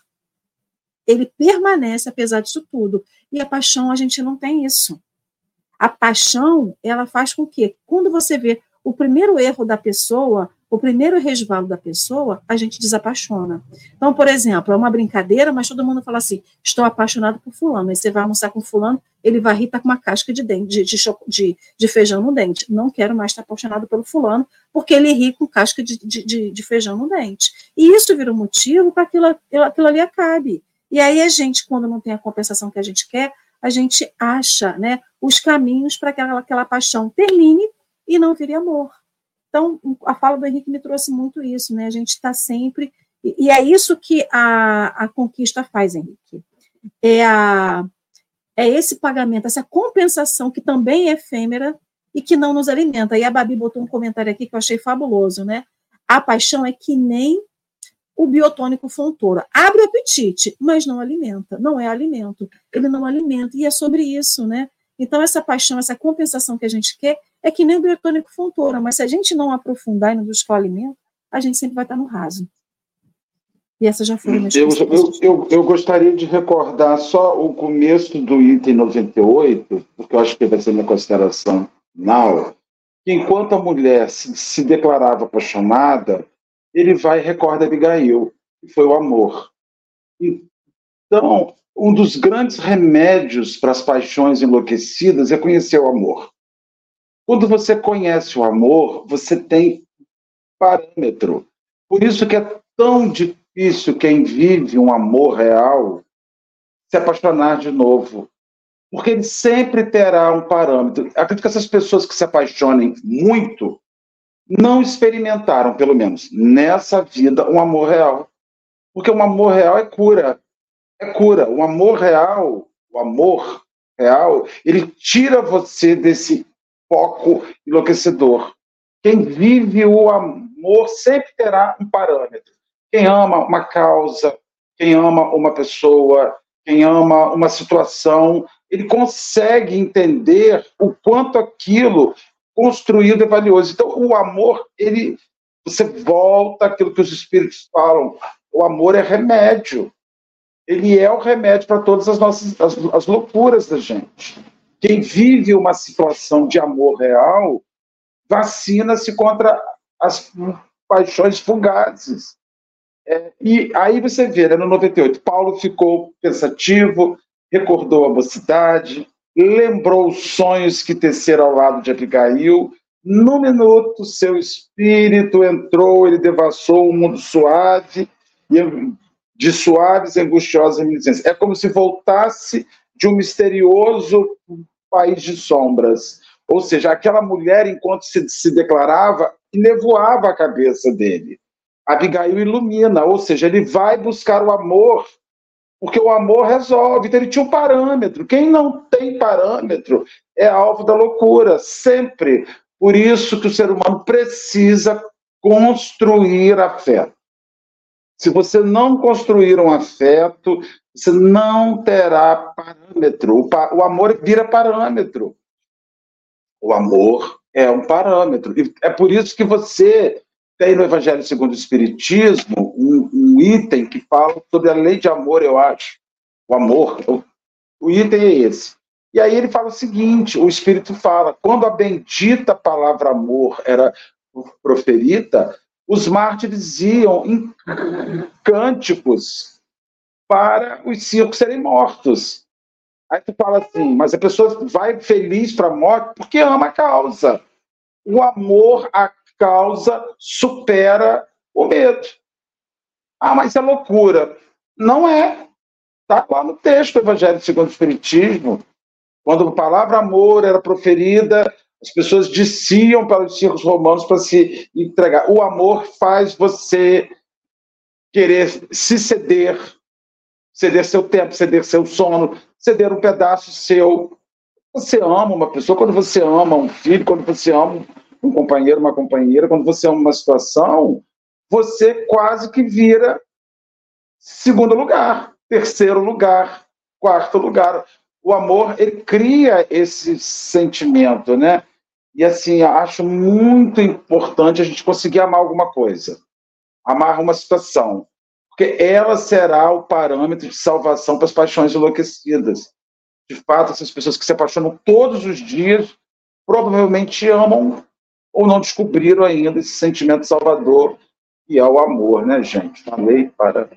Ele permanece apesar disso tudo. E a paixão, a gente não tem isso. A paixão, ela faz com que, quando você vê o primeiro erro da pessoa, o primeiro resvalo da pessoa, a gente desapaixona. Então, por exemplo, é uma brincadeira, mas todo mundo fala assim, estou apaixonado por fulano. Aí você vai almoçar com fulano, ele vai rir, está com uma casca de dente, de feijão no dente. Não quero mais estar apaixonado pelo fulano, porque ele ri com casca de feijão no dente. E isso vira um motivo para que aquilo ali acabe. E aí a gente, quando não tem a compensação que a gente quer, a gente acha, né, os caminhos para que aquela paixão termine e não vire amor. Então, a fala do Henrique me trouxe muito isso, né? A gente está sempre... E é isso que a conquista faz, Henrique. É esse pagamento, essa compensação que também é efêmera e que não nos alimenta. E a Babi botou um comentário aqui que eu achei fabuloso, né? A paixão é que nem o biotônico Fontoura. Abre o apetite, mas não alimenta. Não é alimento. Ele não alimenta. E é sobre isso, né? Então, essa paixão, essa compensação que a gente quer é que nem o biotônico Fontoura, mas se a gente não aprofundar e não buscar o alimento, a gente sempre vai estar no raso. E essa já foi uma eu gostaria de recordar só o começo do item 98, porque eu acho que vai ser minha consideração final, que enquanto a mulher se declarava apaixonada, ele vai e recorda Abigail, que foi o amor. Então, um dos grandes remédios para as paixões enlouquecidas é conhecer o amor. Quando você conhece o amor, você tem parâmetro. Por isso que é tão difícil quem vive um amor real se apaixonar de novo. Porque ele sempre terá um parâmetro. Acredito que essas pessoas que se apaixonem muito não experimentaram, pelo menos nessa vida, um amor real. Porque um amor real é cura. é cura. O amor real, ele tira você desse foco enlouquecedor. Quem vive o amor sempre terá um parâmetro. Quem ama uma causa, quem ama uma pessoa, quem ama uma situação, ele consegue entender o quanto aquilo construído é valioso. Então, o amor, você volta àquilo que os espíritos falam. O amor é remédio. Ele é o remédio para todas as loucuras da gente. Quem vive uma situação de amor real vacina-se contra as paixões fugazes. E aí você vê, né, no 98, Paulo ficou pensativo, recordou a mocidade, lembrou os sonhos que tecera ao lado de Abigail. No minuto, seu espírito entrou, ele devassou um mundo suave, de suaves e angustiosas reminiscências. É como se voltasse de um misterioso país de sombras. Ou seja, aquela mulher, enquanto se declarava, nevoava a cabeça dele. Abigail ilumina, ou seja, ele vai buscar o amor, porque o amor resolve. Então ele tinha um parâmetro. Quem não tem parâmetro é alvo da loucura, sempre. Por isso que o ser humano precisa construir afeto. Se você não construir um afeto, você não terá parâmetro. O amor vira parâmetro. O amor é um parâmetro. E é por isso que você tem no Evangelho segundo o Espiritismo um item que fala sobre a lei de amor, eu acho. O amor, o item é esse. E aí ele fala o seguinte, o Espírito fala, quando a bendita palavra amor era proferida, os mártires iam em cânticos para os circos serem mortos. Aí tu fala assim, mas a pessoa vai feliz para a morte porque ama a causa. O amor à causa supera o medo. Ah, mas é loucura. Não é. Está lá no texto do Evangelho segundo o Espiritismo. Quando a palavra amor era proferida, as pessoas desciam para os circos romanos para se entregar. O amor faz você querer se ceder seu tempo, ceder seu sono, ceder um pedaço seu. Você ama uma pessoa, quando você ama um filho, quando você ama um companheiro, uma companheira, quando você ama uma situação, você quase que vira segundo lugar, terceiro lugar, quarto lugar. O amor, ele cria esse sentimento, né? E assim, acho muito importante a gente conseguir amar alguma coisa, amar uma situação, porque ela será o parâmetro de salvação para as paixões enlouquecidas. De fato, essas pessoas que se apaixonam todos os dias provavelmente amam ou não descobriram ainda esse sentimento salvador que é o amor, né, gente? Falei para...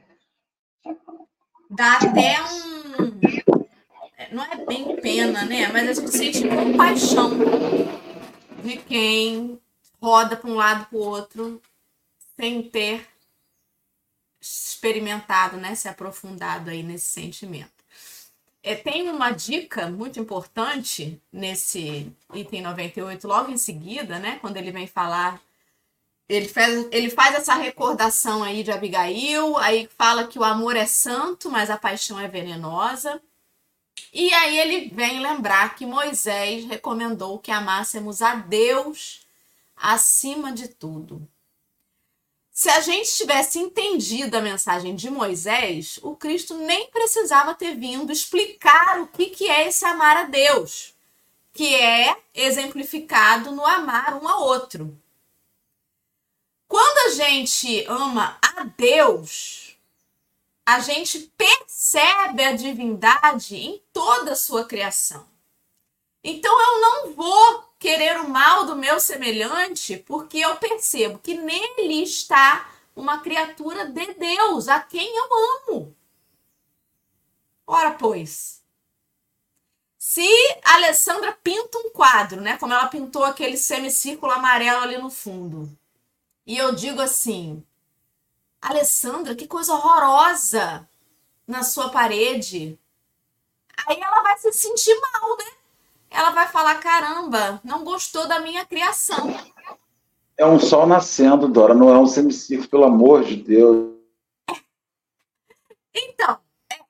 Dá até não é bem pena, né? Mas a gente sente compaixão de quem roda para um lado para o outro sem ter experimentado, né? Se aprofundado aí nesse sentimento. Tem uma dica muito importante nesse item 98, logo em seguida, né? Quando ele vem falar, ele faz essa recordação aí de Abigail, aí fala que o amor é santo, mas a paixão é venenosa. E aí ele vem lembrar que Moisés recomendou que amássemos a Deus acima de tudo. Se a gente tivesse entendido a mensagem de Moisés, o Cristo nem precisava ter vindo explicar o que é esse amar a Deus, que é exemplificado no amar um ao outro. Quando a gente ama a Deus, a gente percebe a divindade em toda a sua criação. Então eu não vou querer o mal do meu semelhante porque eu percebo que nele está uma criatura de Deus, a quem eu amo. Ora, pois, se a Alessandra pinta um quadro, né, como ela pintou aquele semicírculo amarelo ali no fundo, e eu digo assim, Alessandra, que coisa horrorosa na sua parede. Aí ela vai se sentir mal, né? Ela vai falar, caramba, não gostou da minha criação. É um sol nascendo, Dora, não é um semicírculo, pelo amor de Deus. Então,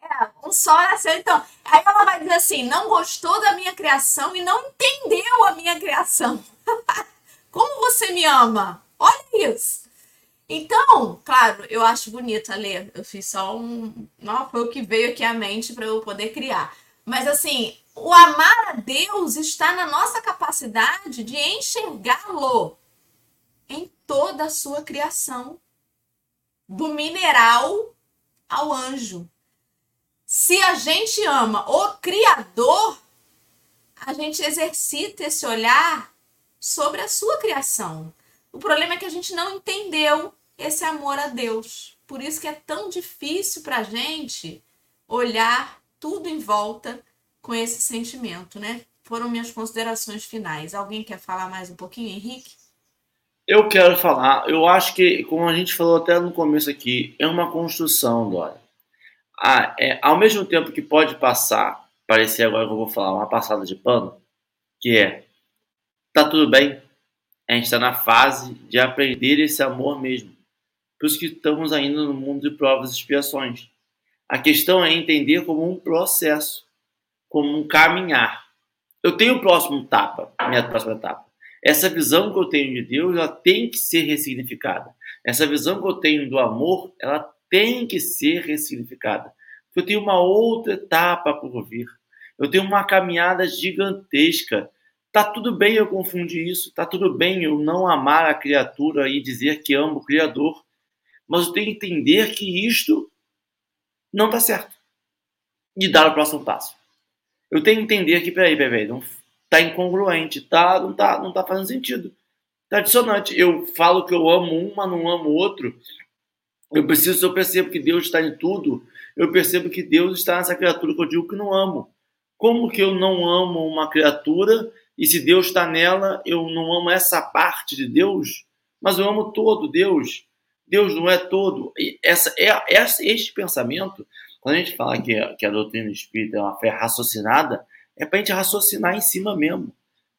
só oração. Então, aí ela vai dizer assim, não gostou da minha criação e não entendeu a minha criação. Como você me ama? Olha isso. Então, claro, eu acho bonito, Ale. Eu fiz só não foi o que veio aqui à mente para eu poder criar. Mas assim, o amar a Deus está na nossa capacidade de enxergá-lo em toda a sua criação. Do mineral ao anjo. Se a gente ama o Criador, a gente exercita esse olhar sobre a sua criação. O problema é que a gente não entendeu esse amor a Deus. Por isso que é tão difícil para a gente olhar tudo em volta com esse sentimento, né? Foram minhas considerações finais. Alguém quer falar mais um pouquinho, Henrique? Eu quero falar. Eu acho que, como a gente falou até no começo aqui, é uma construção, Dora. Ao mesmo tempo que pode parecer agora que eu vou falar, uma passada de pano, que tá tudo bem, a gente está na fase de aprender esse amor mesmo. Por isso que estamos ainda no mundo de provas e expiações. A questão é entender como um processo, como um caminhar. Eu tenho minha próxima etapa. Essa visão que eu tenho de Deus, ela tem que ser ressignificada. Essa visão que eu tenho do amor, ela tem que ser ressignificada. Eu tenho uma outra etapa por vir. Eu tenho uma caminhada gigantesca. Tá tudo bem eu confundir isso. Tá tudo bem eu não amar a criatura e dizer que amo o Criador. Mas eu tenho que entender que isto não está certo. E dar o próximo passo. Eu tenho que entender que, peraí, não está incongruente, não tá fazendo sentido. Está dissonante. Eu falo que eu amo um, mas não amo o outro. Eu percebo que Deus está em tudo. Eu percebo que Deus está nessa criatura que eu digo que não amo. Como que eu não amo uma criatura e se Deus está nela, eu não amo essa parte de Deus? Mas eu amo todo Deus. Deus não é todo. E este pensamento, quando a gente fala que a doutrina espírita é uma fé raciocinada, é para a gente raciocinar em cima mesmo.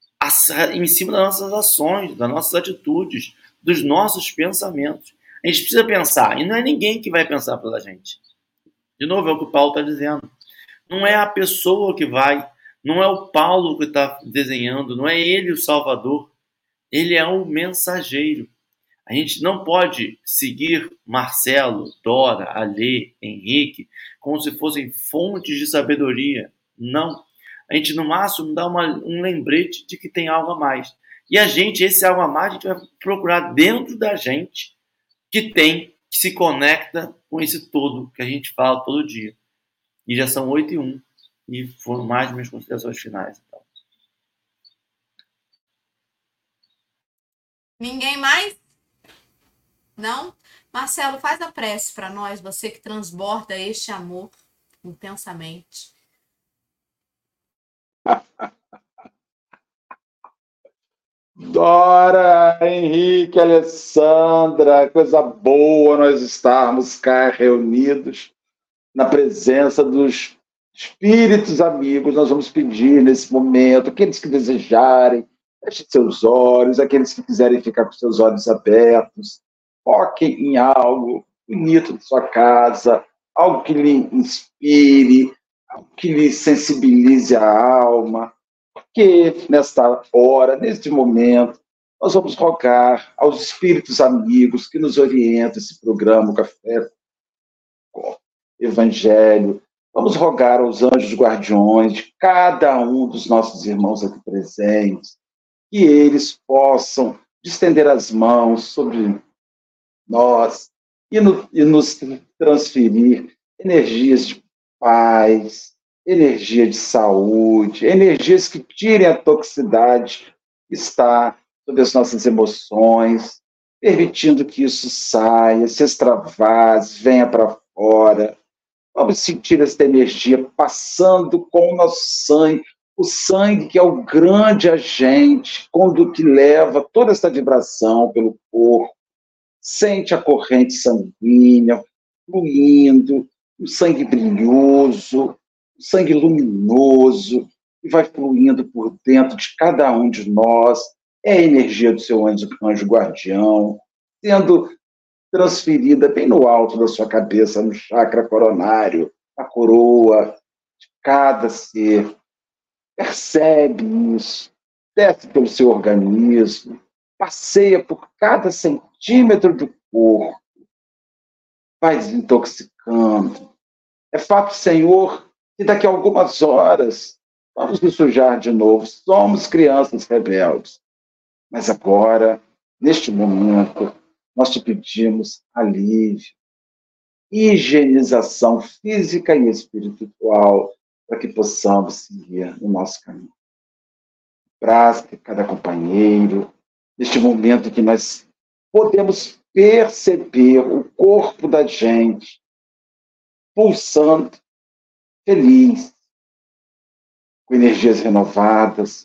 Em cima das nossas ações, das nossas atitudes, dos nossos pensamentos. A gente precisa pensar, e não é ninguém que vai pensar pela gente. De novo, é o que o Paulo está dizendo. Não é a pessoa que vai, não é o Paulo que está desenhando, não é ele o Salvador. Ele é o mensageiro. A gente não pode seguir Marcelo, Dora, Alê, Henrique, como se fossem fontes de sabedoria. Não. A gente, no máximo, dá um lembrete de que tem algo a mais. E esse algo a mais, a gente vai procurar dentro da gente que se conecta com esse todo que a gente fala todo dia. E já são 8h01. E foram mais minhas considerações finais. Então. Ninguém mais? Não? Marcelo, faz a prece para nós, você que transborda este amor intensamente. Dora, Henrique, Alessandra, coisa boa nós estarmos cá reunidos na presença dos espíritos amigos. Nós vamos pedir nesse momento, aqueles que desejarem, fechem seus olhos, aqueles que quiserem ficar com seus olhos abertos, foquem em algo bonito de sua casa, algo que lhe inspire, algo que lhe sensibilize a alma. Porque nesta hora, neste momento, nós vamos rogar aos espíritos amigos que nos orientam esse programa, o Café com Evangelho. Vamos rogar aos anjos guardiões de cada um dos nossos irmãos aqui presentes, que eles possam estender as mãos sobre nós e nos transferir energias de paz, energia de saúde, energias que tirem a toxicidade que está sobre as nossas emoções, permitindo que isso saia, se extravase, venha para fora. Vamos sentir essa energia passando com o nosso sangue, o sangue que é o grande agente, que leva toda essa vibração pelo corpo. Sente a corrente sanguínea fluindo, o sangue brilhoso, o sangue luminoso, que vai fluindo por dentro de cada um de nós. É a energia do seu anjo guardião, sendo transferida bem no alto da sua cabeça, no chakra coronário, a coroa de cada ser. Percebe isso, desce pelo seu organismo, passeia por cada centímetro do corpo, vai desintoxicando. É fato, Senhor, que daqui a algumas horas vamos nos sujar de novo. Somos crianças rebeldes. Mas agora, neste momento, nós te pedimos alívio, higienização física e espiritual, para que possamos seguir o nosso caminho. Abraça cada companheiro, neste momento que nós podemos perceber o corpo da gente pulsando, feliz, com energias renovadas,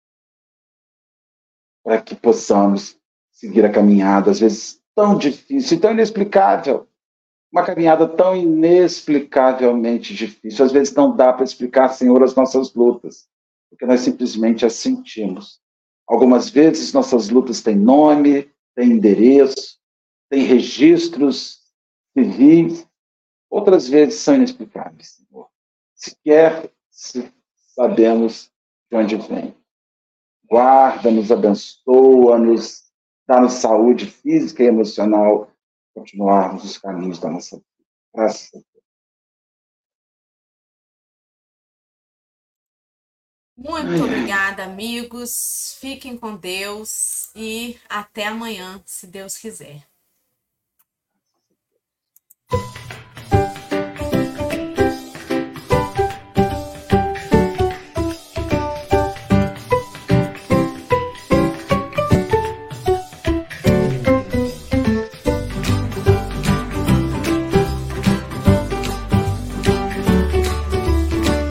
para que possamos seguir a caminhada, às vezes tão difícil, tão inexplicável. Uma caminhada tão inexplicavelmente difícil. Às vezes não dá para explicar, Senhor, as nossas lutas, porque nós simplesmente as sentimos. Algumas vezes nossas lutas têm nome, têm endereço, têm registros civis, outras vezes são inexplicáveis, Senhor. Sequer sabemos de onde vem. Guarda-nos, abençoa-nos, dá-nos saúde física e emocional, continuarmos os caminhos da nossa vida. Graças a Deus. Muito obrigada, amigos. Fiquem com Deus e até amanhã, se Deus quiser.